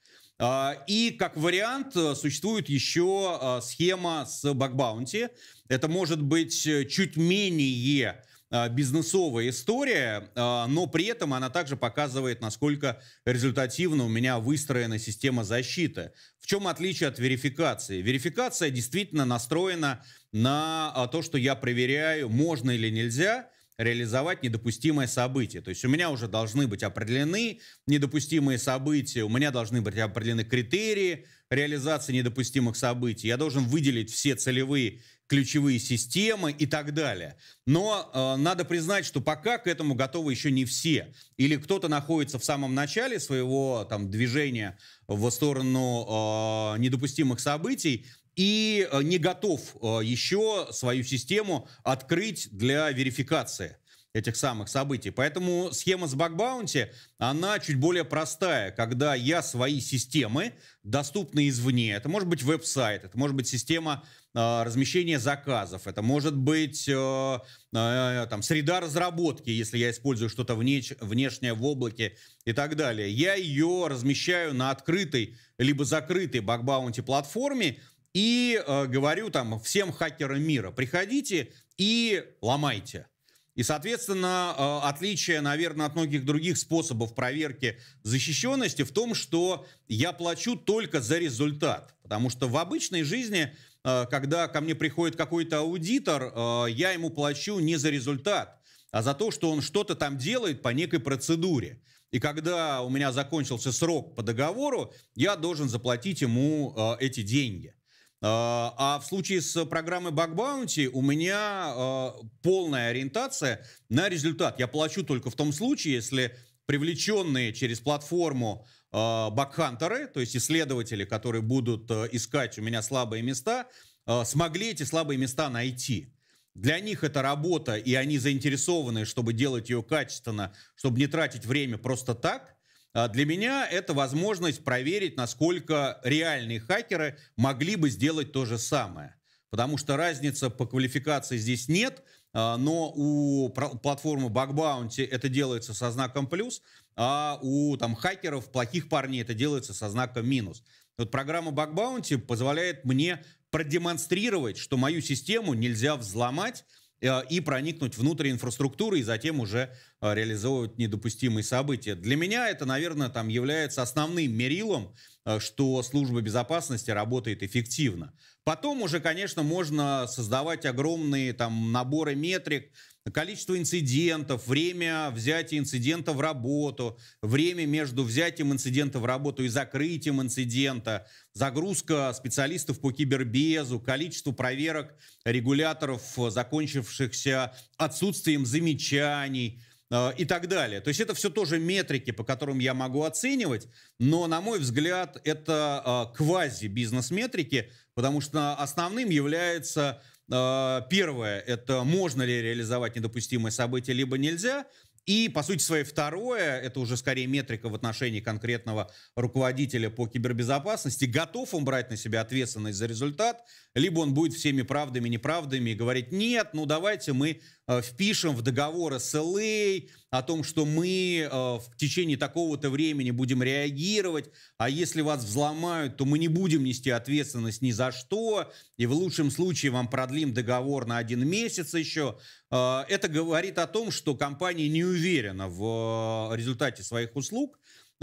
И как вариант существует еще схема с Bug Bounty. Это может быть чуть менее бизнесовая история, но при этом она также показывает, насколько результативно у меня выстроена система защиты. В чем отличие от верификации? Верификация действительно настроена на то, что я проверяю, можно или нельзя реализовать недопустимое событие. То есть у меня уже должны быть определены недопустимые события, у меня должны быть определены критерии реализации недопустимых событий, я должен выделить все целевые ключевые системы и так далее. Но э, надо признать, что пока к этому готовы еще не все. Или кто-то находится в самом начале своего там, движения в сторону э, недопустимых событий, и не готов еще свою систему открыть для верификации этих самых событий. Поэтому схема с Bug Bounty, она чуть более простая, когда я свои системы, доступные извне, это может быть веб-сайт, это может быть система э, размещения заказов, это может быть э, э, там, среда разработки, если я использую что-то внеш- внешнее в облаке и так далее. Я ее размещаю на открытой либо закрытой Bug Bounty платформе, и э, говорю там всем хакерам мира, приходите и ломайте. И, соответственно, э, отличие, наверное, от многих других способов проверки защищенности в том, что я плачу только за результат. Потому что в обычной жизни, э, когда ко мне приходит какой-то аудитор, э, я ему плачу не за результат, а за то, что он что-то там делает по некой процедуре. И когда у меня закончился срок по договору, я должен заплатить ему э, эти деньги. А в случае с программой Bug Bounty у меня э, полная ориентация на результат. Я плачу только в том случае, если привлеченные через платформу э, багхантеры, то есть исследователи, которые будут э, искать у меня слабые места, э, смогли эти слабые места найти. Для них это работа, и они заинтересованы, чтобы делать ее качественно, чтобы не тратить время просто так. Для меня это возможность проверить, насколько реальные хакеры могли бы сделать то же самое. Потому что разницы по квалификации здесь нет, но у платформы Bug Bounty это делается со знаком плюс, а у там, хакеров, плохих парней, это делается со знаком минус. Вот программа Bug Bounty позволяет мне продемонстрировать, что мою систему нельзя взломать э, и проникнуть внутрь инфраструктуры, и затем уже э, реализовывать недопустимые события. Для меня это, наверное, там является основным мерилом, э, что служба безопасности работает эффективно. Потом уже, конечно, можно создавать огромные там наборы метрик, количество инцидентов, время взятия инцидента в работу, время между взятием инцидента в работу и закрытием инцидента, загрузка специалистов по кибербезу, количество проверок регуляторов, закончившихся отсутствием замечаний э, и так далее. То есть это все тоже метрики, по которым я могу оценивать, но, на мой взгляд, это э, квази-бизнес-метрики, потому что основным является... Первое, это можно ли реализовать недопустимое событие, либо нельзя. И, по сути своей, второе, это уже скорее метрика в отношении конкретного руководителя по кибербезопасности. Готов он брать на себя ответственность за результат, либо он будет всеми правдами, неправдами и говорить: нет, ну давайте мы э, впишем в договор эс эл эй о том, что мы э, в течение такого-то времени будем реагировать, а если вас взломают, то мы не будем нести ответственность ни за что, и в лучшем случае вам продлим договор на один месяц еще. Э, это говорит о том, что компания не уверена в результате своих услуг,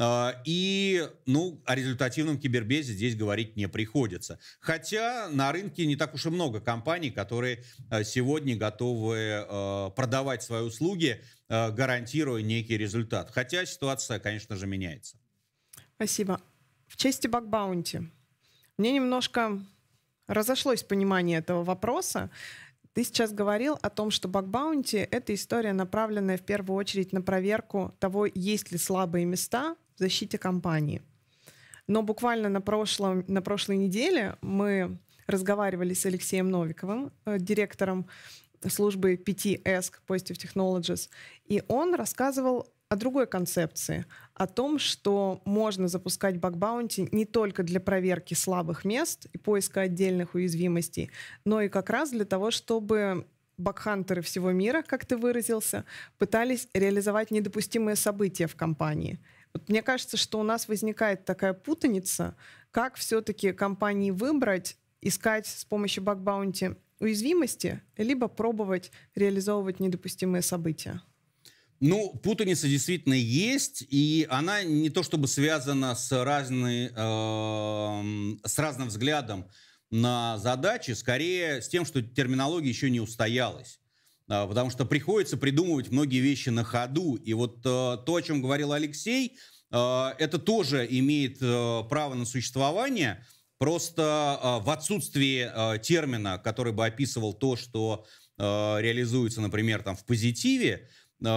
и, ну, о результативном кибербезе здесь говорить не приходится. Хотя на рынке не так уж и много компаний, которые сегодня готовы продавать свои услуги, гарантируя некий результат. Хотя ситуация, конечно же, меняется. Спасибо. В части Bug Bounty мне немножко разошлось понимание этого вопроса. Ты сейчас говорил о том, что Bug Bounty — это история, направленная в первую очередь на проверку того, есть ли слабые места в защите компании. Но буквально на, прошлом, на прошлой неделе мы разговаривали с Алексеем Новиковым, директором службы пи ти эс Positive Technologies, и он рассказывал о другой концепции, о том, что можно запускать Bug Bounty не только для проверки слабых мест и поиска отдельных уязвимостей, но и как раз для того, чтобы багхантеры всего мира, как ты выразился, пытались реализовать недопустимые события в компании. Вот мне кажется, что у нас возникает такая путаница, как все-таки компании выбрать, искать с помощью Bug Bounty уязвимости, либо пробовать реализовывать недопустимые события. Ну, путаница действительно есть, и она не то чтобы связана с, разной, э, с разным взглядом на задачи, скорее с тем, что терминология еще не устоялась. Э, потому что приходится придумывать многие вещи на ходу. И вот э, то, о чем говорил Алексей, э, это тоже имеет э, право на существование, просто э, в отсутствии э, термина, который бы описывал то, что э, реализуется, например, там, в позитиве,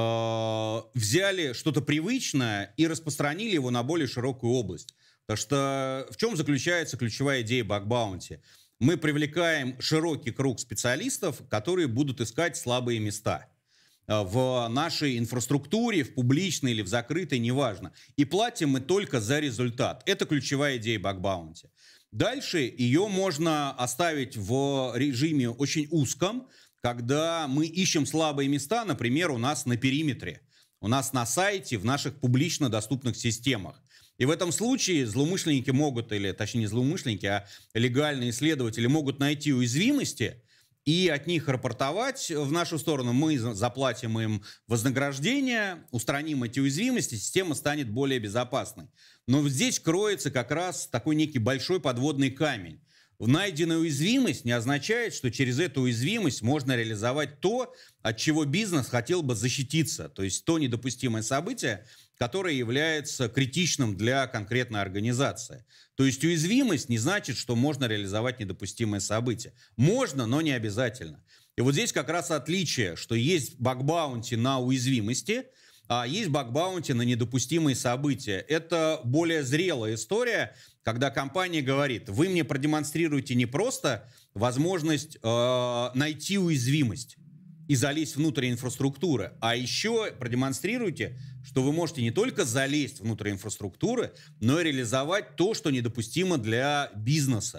взяли что-то привычное и распространили его на более широкую область. Потому что в чем заключается ключевая идея Bug Bounty? Мы привлекаем широкий круг специалистов, которые будут искать слабые места в нашей инфраструктуре, в публичной или в закрытой, неважно. И платим мы только за результат. Это ключевая идея Bug Bounty. Дальше ее можно оставить в режиме очень узком, когда мы ищем слабые места, например, у нас на периметре, у нас на сайте, в наших публично доступных системах. И в этом случае злоумышленники могут, или точнее не злоумышленники, а легальные исследователи могут найти уязвимости и от них рапортовать в нашу сторону. Мы заплатим им вознаграждение, устраним эти уязвимости, система станет более безопасной. Но здесь кроется как раз такой некий большой подводный камень. Найденная уязвимость не означает, что через эту уязвимость можно реализовать то, от чего бизнес хотел бы защититься. То есть то недопустимое событие, которое является критичным для конкретной организации. То есть уязвимость не значит, что можно реализовать недопустимое событие. Можно, но не обязательно. И вот здесь как раз отличие, что есть Bug Bounty на уязвимости, а есть Bug Bounty на недопустимые события. Это более зрелая история, когда компания говорит: вы мне продемонстрируете не просто возможность э, найти уязвимость и залезть внутрь инфраструктуры, а еще продемонстрируйте, что вы можете не только залезть внутрь инфраструктуры, но и реализовать то, что недопустимо для бизнеса.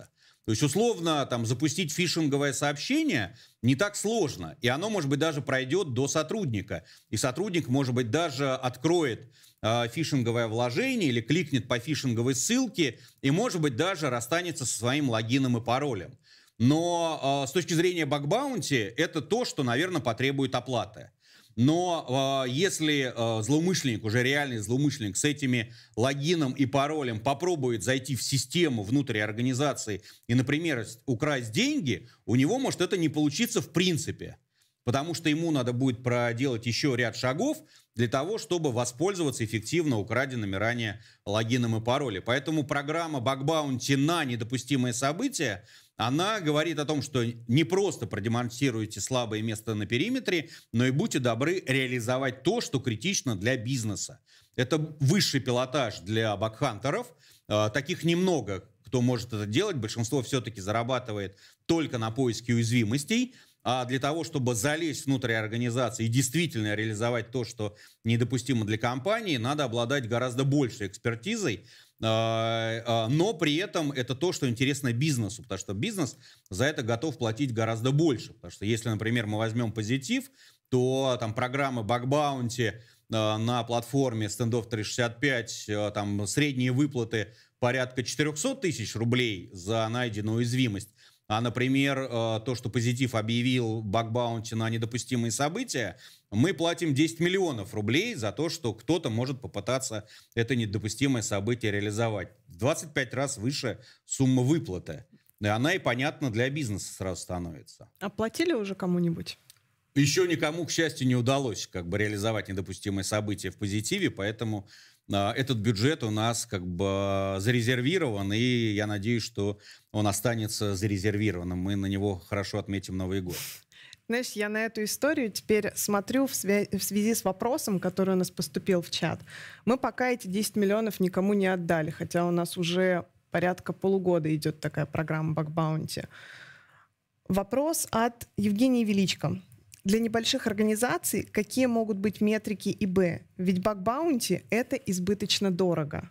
То есть, условно, там, запустить фишинговое сообщение не так сложно. И оно, может быть, даже пройдет до сотрудника. И сотрудник, может быть, даже откроет э, фишинговое вложение или кликнет по фишинговой ссылке и, может быть, даже расстанется со своим логином и паролем. Но э, с точки зрения баг-баунти это то, что, наверное, потребует оплаты. Но э, если э, злоумышленник, уже реальный злоумышленник с этими логином и паролем попробует зайти в систему внутри организации и, например, украсть деньги, у него может это не получиться в принципе. Потому что ему надо будет проделать еще ряд шагов для того, чтобы воспользоваться эффективно украденными ранее логином и паролем. Поэтому программа баг-баунти на недопустимые события, она говорит о том, что не просто продемонстрируйте слабое место на периметре, но и будьте добры реализовать то, что критично для бизнеса. Это высший пилотаж для багхантеров. Таких немного, кто может это делать. Большинство все-таки зарабатывает только на поиске уязвимостей. А для того, чтобы залезть внутрь организации и действительно реализовать то, что недопустимо для компании, надо обладать гораздо большей экспертизой. Но при этом это то, что интересно бизнесу, потому что бизнес за это готов платить гораздо больше. Потому что если, например, мы возьмем позитив, то там программы баг-баунти на платформе стендофф триста шестьдесят пять, там средние выплаты порядка четыреста тысяч рублей за найденную уязвимость. А, например, то, что позитив объявил баг-баунти на недопустимые события, мы платим десять миллионов рублей за то, что кто-то может попытаться это недопустимое событие реализовать. В двадцать пять раз выше сумма выплаты. И она и понятна для бизнеса сразу становится. Оплатили уже кому-нибудь? Еще никому, к счастью, не удалось как бы реализовать недопустимые события в позитиве, поэтому этот бюджет у нас как бы зарезервирован, и я надеюсь, что он останется зарезервированным. Мы на него хорошо отметим Новый год. Знаешь, я на эту историю теперь смотрю в, свя- в связи с вопросом, который у нас поступил в чат. Мы пока эти десять миллионов никому не отдали, хотя у нас уже порядка полугода идет такая программа баг-баунти. Вопрос от Евгении Величко. Для небольших организаций какие могут быть метрики и Б? Ведь баг-баунти — это избыточно дорого.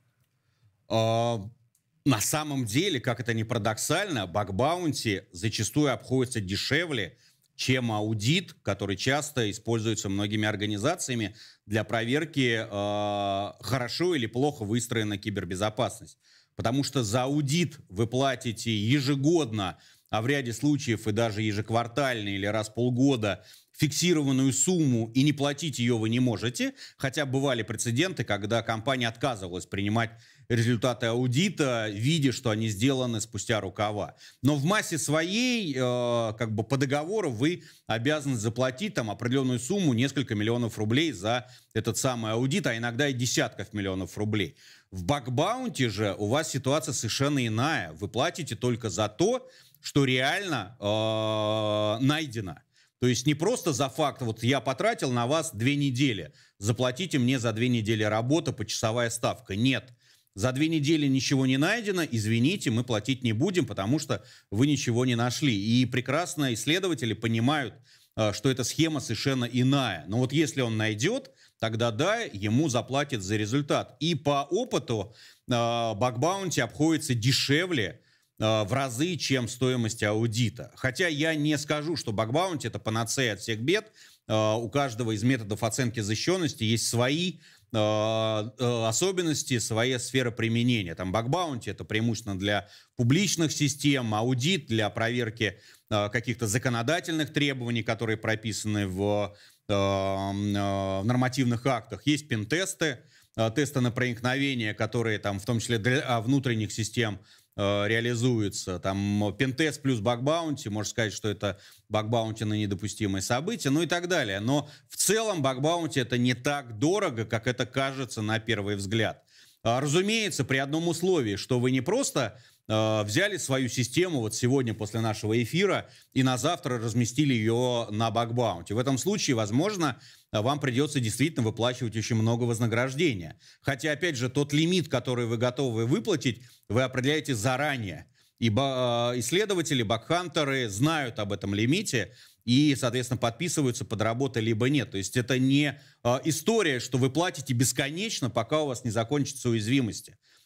А, на самом деле, как это ни парадоксально, баг-баунти зачастую обходится дешевле, чем аудит, который часто используется многими организациями для проверки, э, хорошо или плохо выстроена кибербезопасность. Потому что за аудит вы платите ежегодно, а в ряде случаев и даже ежеквартально или раз в полгода фиксированную сумму, и не платить ее вы не можете. Хотя бывали прецеденты, когда компания отказывалась принимать результаты аудита, видя, что они сделаны спустя рукава. Но в массе своей, э, как бы по договору, вы обязаны заплатить там определенную сумму, несколько миллионов рублей за этот самый аудит, а иногда и десятков миллионов рублей. В баг-баунти же у вас ситуация совершенно иная. Вы платите только за то, что реально э, найдено. То есть не просто за факт, вот я потратил на вас две недели, заплатите мне за две недели работы почасовая ставка. Нет. За две недели ничего не найдено, извините, мы платить не будем, потому что вы ничего не нашли. И прекрасно исследователи понимают, что эта схема совершенно иная. Но вот если он найдет, тогда да, ему заплатят за результат. И по опыту баг-баунти обходится дешевле в разы, чем стоимость аудита. Хотя я не скажу, что баг-баунти — это панацея от всех бед. У каждого из методов оценки защищенности есть свои особенности, своя сфера применения. Там баг-баунти — это преимущественно для публичных систем, аудит для проверки каких-то законодательных требований, которые прописаны в, в нормативных актах. Есть пентесты, тесты на проникновение, которые там, в том числе для внутренних систем, реализуется. Там пентест плюс баг-баунти, можно сказать, что это баг-баунти на недопустимые события, ну и так далее. Но в целом баг-баунти — это не так дорого, как это кажется на первый взгляд. Разумеется, при одном условии, что вы не просто э, взяли свою систему вот сегодня после нашего эфира и на завтра разместили ее на баг-баунти. В этом случае, возможно, вам придется действительно выплачивать очень много вознаграждения. Хотя, опять же, тот лимит, который вы готовы выплатить, вы определяете заранее. Ибо э, исследователи, багхантеры знают об этом лимите и, соответственно, подписываются под работу либо нет. То есть это не э, история, что вы платите бесконечно, пока у вас не закончатся уязвимости.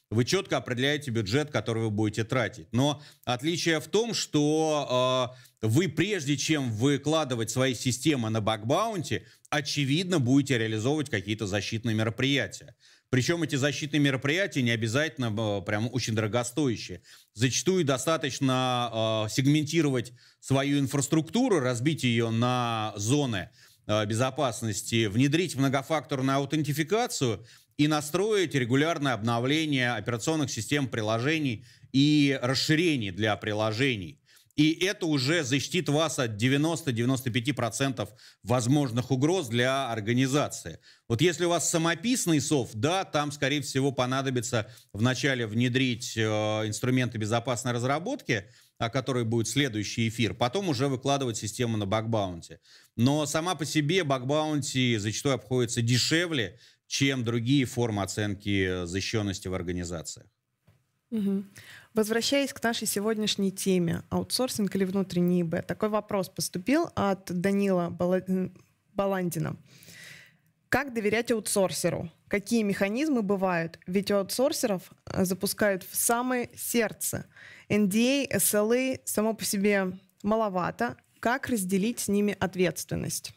вы четко определяете бюджет, который вы будете тратить. Но отличие в том, что э, вы, прежде чем выкладывать свои системы на баг-баунти, очевидно, будете реализовывать какие-то защитные мероприятия. Причем эти защитные мероприятия не обязательно э, прям очень дорогостоящие. Зачастую достаточно э, сегментировать свою инфраструктуру, разбить ее на зоны э, безопасности, внедрить многофакторную аутентификацию и настроить регулярное обновление операционных систем приложений и расширений для приложений. И это уже защитит вас от девяноста-девяноста пяти процентов возможных угроз для организации. Вот если у вас самописный софт, да, там, скорее всего, понадобится вначале внедрить э, инструменты безопасной разработки, о которой будет следующий эфир, потом уже выкладывать систему на баг-баунти. Но сама по себе баг-баунти зачастую обходится дешевле, чем другие формы оценки защищенности в организациях. Угу. Возвращаясь к нашей сегодняшней теме, аутсорсинг или внутренний ИБ, такой вопрос поступил от Данила Баландина. Как доверять аутсорсеру? Какие механизмы бывают? Ведь у аутсорсеров запускают в самое сердце. эн ди эй, эс эл а само по себе маловато. Как разделить с ними ответственность?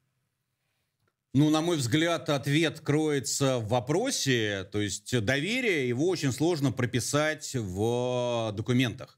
Ну, на мой взгляд, ответ кроется в вопросе. То есть доверие, его очень сложно прописать в документах.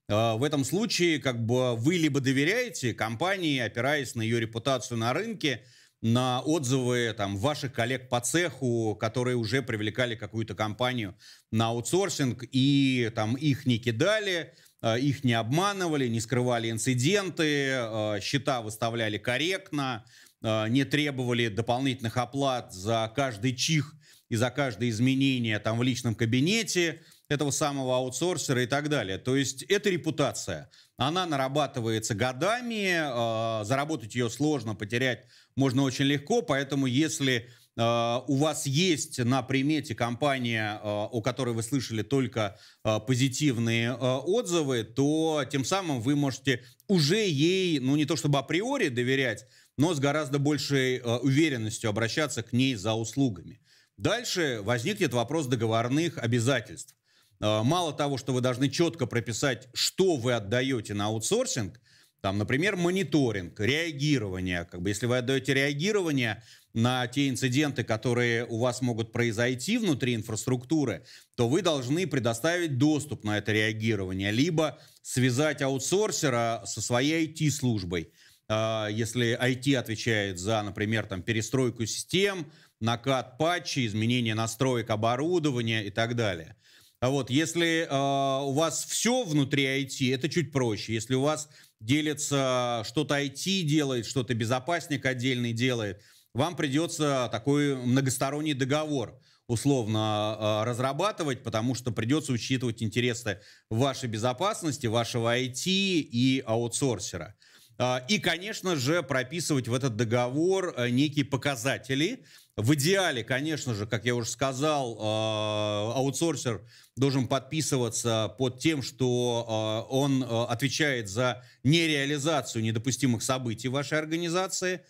В этом случае как бы вы либо доверяете компании, опираясь на ее репутацию на рынке, на отзывы там, ваших коллег по цеху, которые уже привлекали какую-то компанию на аутсорсинг, и там, их не кидали, их не обманывали, не скрывали инциденты, счета выставляли корректно, не требовали дополнительных оплат за каждый чих и за каждое изменение там, в личном кабинете этого самого аутсорсера и так далее. То есть это репутация. Она нарабатывается годами, э, заработать ее сложно, потерять можно очень легко, поэтому если э, у вас есть на примете компания, э, о которой вы слышали только э, позитивные э, отзывы, то тем самым вы можете уже ей, ну не то чтобы априори доверять, но с гораздо большей э, уверенностью обращаться к ней за услугами. Дальше возникнет вопрос договорных обязательств. Э, мало того, что вы должны четко прописать, что вы отдаете на аутсорсинг, там, например, мониторинг, реагирование. Как бы, если вы отдаете реагирование на те инциденты, которые у вас могут произойти внутри инфраструктуры, то вы должны предоставить доступ на это реагирование, либо связать аутсорсера со своей ай ти-службой. Если ай ти отвечает за, например, там, перестройку систем, накат патчей, изменение настроек оборудования и так далее. А вот если э, у вас все внутри ай ти, это чуть проще. Если у вас делится, что-то ай ти делает, что-то безопасник отдельный делает, вам придется такой многосторонний договор условно э, разрабатывать, потому что придется учитывать интересы вашей безопасности, вашего ай ти и аутсорсера. И, конечно же, прописывать в этот договор некие показатели. В идеале, конечно же, как я уже сказал, аутсорсер должен подписываться под тем, что он отвечает за нереализацию недопустимых событий в вашей организации.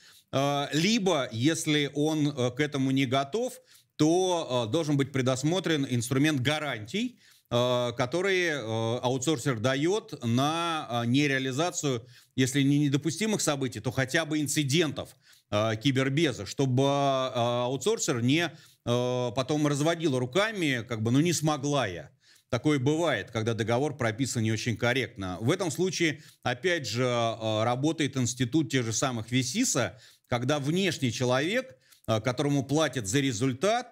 Либо, если он к этому не готов, то должен быть предусмотрен инструмент гарантий, которые аутсорсер дает на нереализацию, если не недопустимых событий, то хотя бы инцидентов кибербеза, чтобы аутсорсер не потом разводил руками, как бы, ну не смогла я. Такое бывает, когда договор прописан не очень корректно. В этом случае, опять же, работает институт тех же самых ВИСИСа, когда внешний человек, которому платят за результат,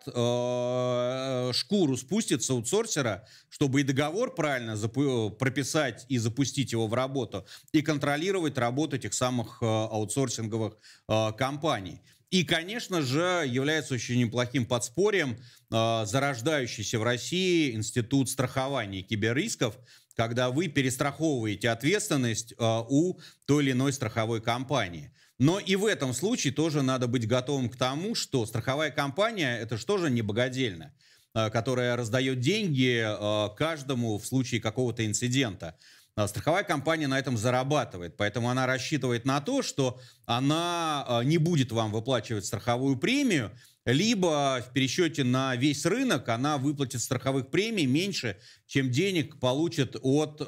э, шкуру спустит с аутсорсера, чтобы и договор правильно прописать и запустить его в работу, и контролировать работу этих самых э, аутсорсинговых э, компаний. И, конечно же, является очень неплохим подспорьем э, зарождающийся в России институт страхования киберрисков, когда вы перестраховываете ответственность э, у той или иной страховой компании. Но и в этом случае тоже надо быть готовым к тому, что страховая компания – это же тоже не богадельня, которая раздает деньги каждому в случае какого-то инцидента. а, страховая компания на этом зарабатывает. Поэтому она рассчитывает на то, что она а, не будет вам выплачивать страховую премию, либо в пересчете на весь рынок она выплатит страховых премий меньше, чем денег получит от э,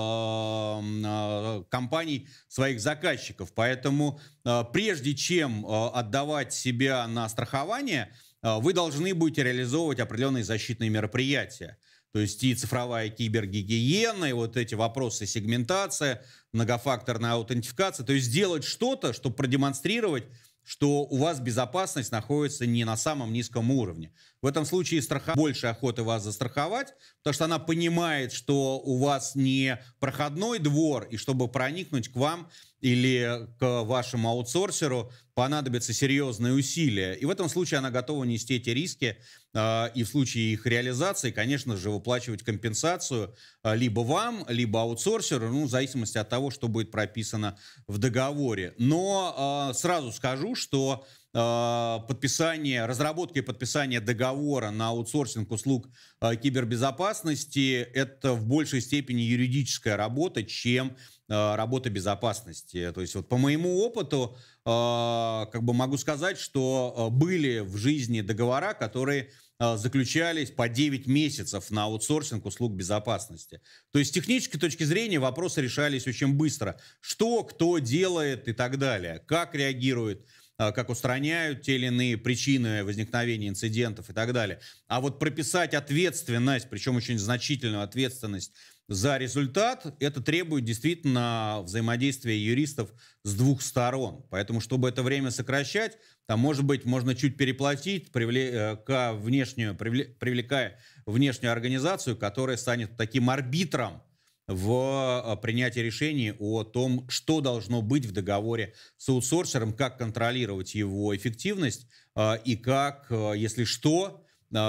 э, компаний своих заказчиков. Поэтому э, прежде чем э, отдавать себя на страхование, э, вы должны будете реализовывать определенные защитные мероприятия. То есть и цифровая кибергигиена, и вот эти вопросы сегментация, многофакторная аутентификация. То есть сделать что-то, чтобы продемонстрировать, что у вас безопасность находится не на самом низком уровне. В этом случае страха больше охоты вас застраховать, потому что она понимает, что у вас не проходной двор, и чтобы проникнуть к вам или к вашему аутсорсеру, понадобятся серьезные усилия. И в этом случае она готова нести эти риски, э, и в случае их реализации, конечно же, выплачивать компенсацию э, либо вам, либо аутсорсеру, ну, в зависимости от того, что будет прописано в договоре. Но э, сразу скажу, что э, подписание, разработка и подписание договора на аутсорсинг услуг э, кибербезопасности – это в большей степени юридическая работа, чем э, работа безопасности. То есть вот по моему опыту как бы могу сказать, что были в жизни договора, которые заключались по девять месяцев на аутсорсинг услуг безопасности. То есть с технической точки зрения вопросы решались очень быстро. Что, кто делает и так далее. Как реагирует, как устраняют те или иные причины возникновения инцидентов и так далее. А вот прописать ответственность, причем очень значительную ответственность за результат, это требует действительно взаимодействия юристов с двух сторон. Поэтому, чтобы это время сокращать, там, может быть, можно чуть переплатить, привлекая внешнюю, привлекая внешнюю организацию, которая станет таким арбитром в принятии решений о том, что должно быть в договоре с аутсорсером, как контролировать его эффективность и как, если что,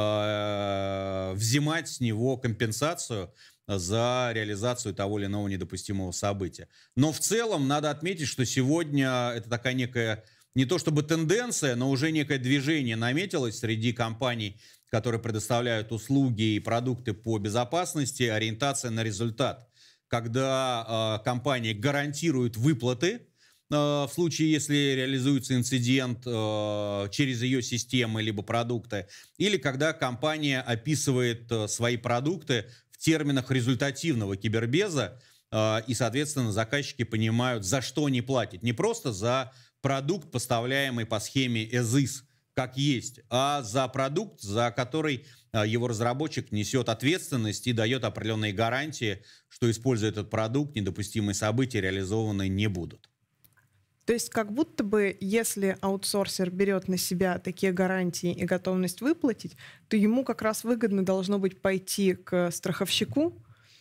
взимать с него компенсацию за реализацию того или иного недопустимого события. Но в целом надо отметить, что сегодня это такая некая, не то чтобы тенденция, но уже некое движение наметилось среди компаний, которые предоставляют услуги и продукты по безопасности, ориентация на результат. Когда э, компания гарантирует выплаты э, в случае, если реализуется инцидент э, через ее системы либо продукты, или когда компания описывает э, свои продукты в терминах результативного кибербеза, э, и, соответственно, заказчики понимают, за что они платят. Не просто за продукт, поставляемый по схеме as-is, как есть, а за продукт, за который э, его разработчик несет ответственность и дает определенные гарантии, что, используя этот продукт, недопустимые события реализованы не будут. То есть как будто бы, если аутсорсер берет на себя такие гарантии и готовность выплатить, то ему как раз выгодно должно быть пойти к страховщику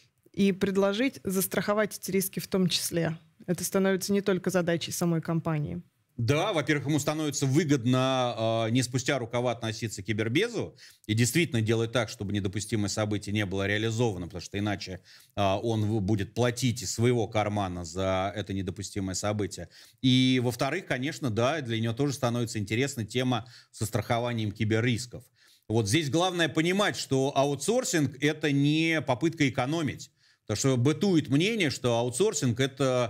и предложить застраховать эти риски в том числе. Это становится не только задачей самой компании. Да, во-первых, ему становится выгодно э, не спустя рукава относиться к кибербезу и действительно делать так, чтобы недопустимое событие не было реализовано, потому что иначе э, он будет платить из своего кармана за это недопустимое событие. И, во-вторых, конечно, да, для него тоже становится интересна тема со страхованием киберрисков. Вот здесь главное понимать, что аутсорсинг – это не попытка экономить. Потому что бытует мнение, что аутсорсинг – это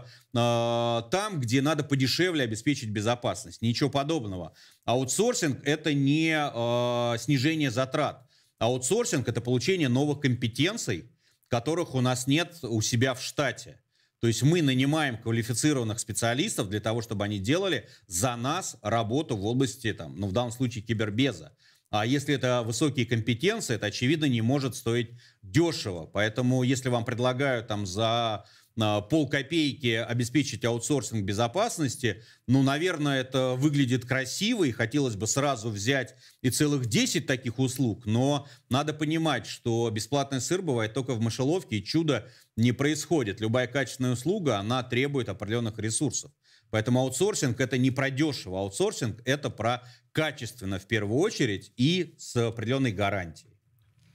э, там, где надо подешевле обеспечить безопасность. Ничего подобного. Аутсорсинг – это не э, снижение затрат. Аутсорсинг – это получение новых компетенций, которых у нас нет у себя в штате. То есть мы нанимаем квалифицированных специалистов для того, чтобы они делали за нас работу в области, там, ну, в данном случае, кибербеза. А если это высокие компетенции, это, очевидно, не может стоить дешево. Поэтому, если вам предлагают там за а, полкопейки обеспечить аутсорсинг безопасности, ну, наверное, это выглядит красиво, и хотелось бы сразу взять и целых десять таких услуг. Но надо понимать, что бесплатный сыр бывает только в мышеловке, и чудо не происходит. Любая качественная услуга, она требует определенных ресурсов. Поэтому аутсорсинг – это не про дешево. Аутсорсинг – это про качественно в первую очередь и с определенной гарантией.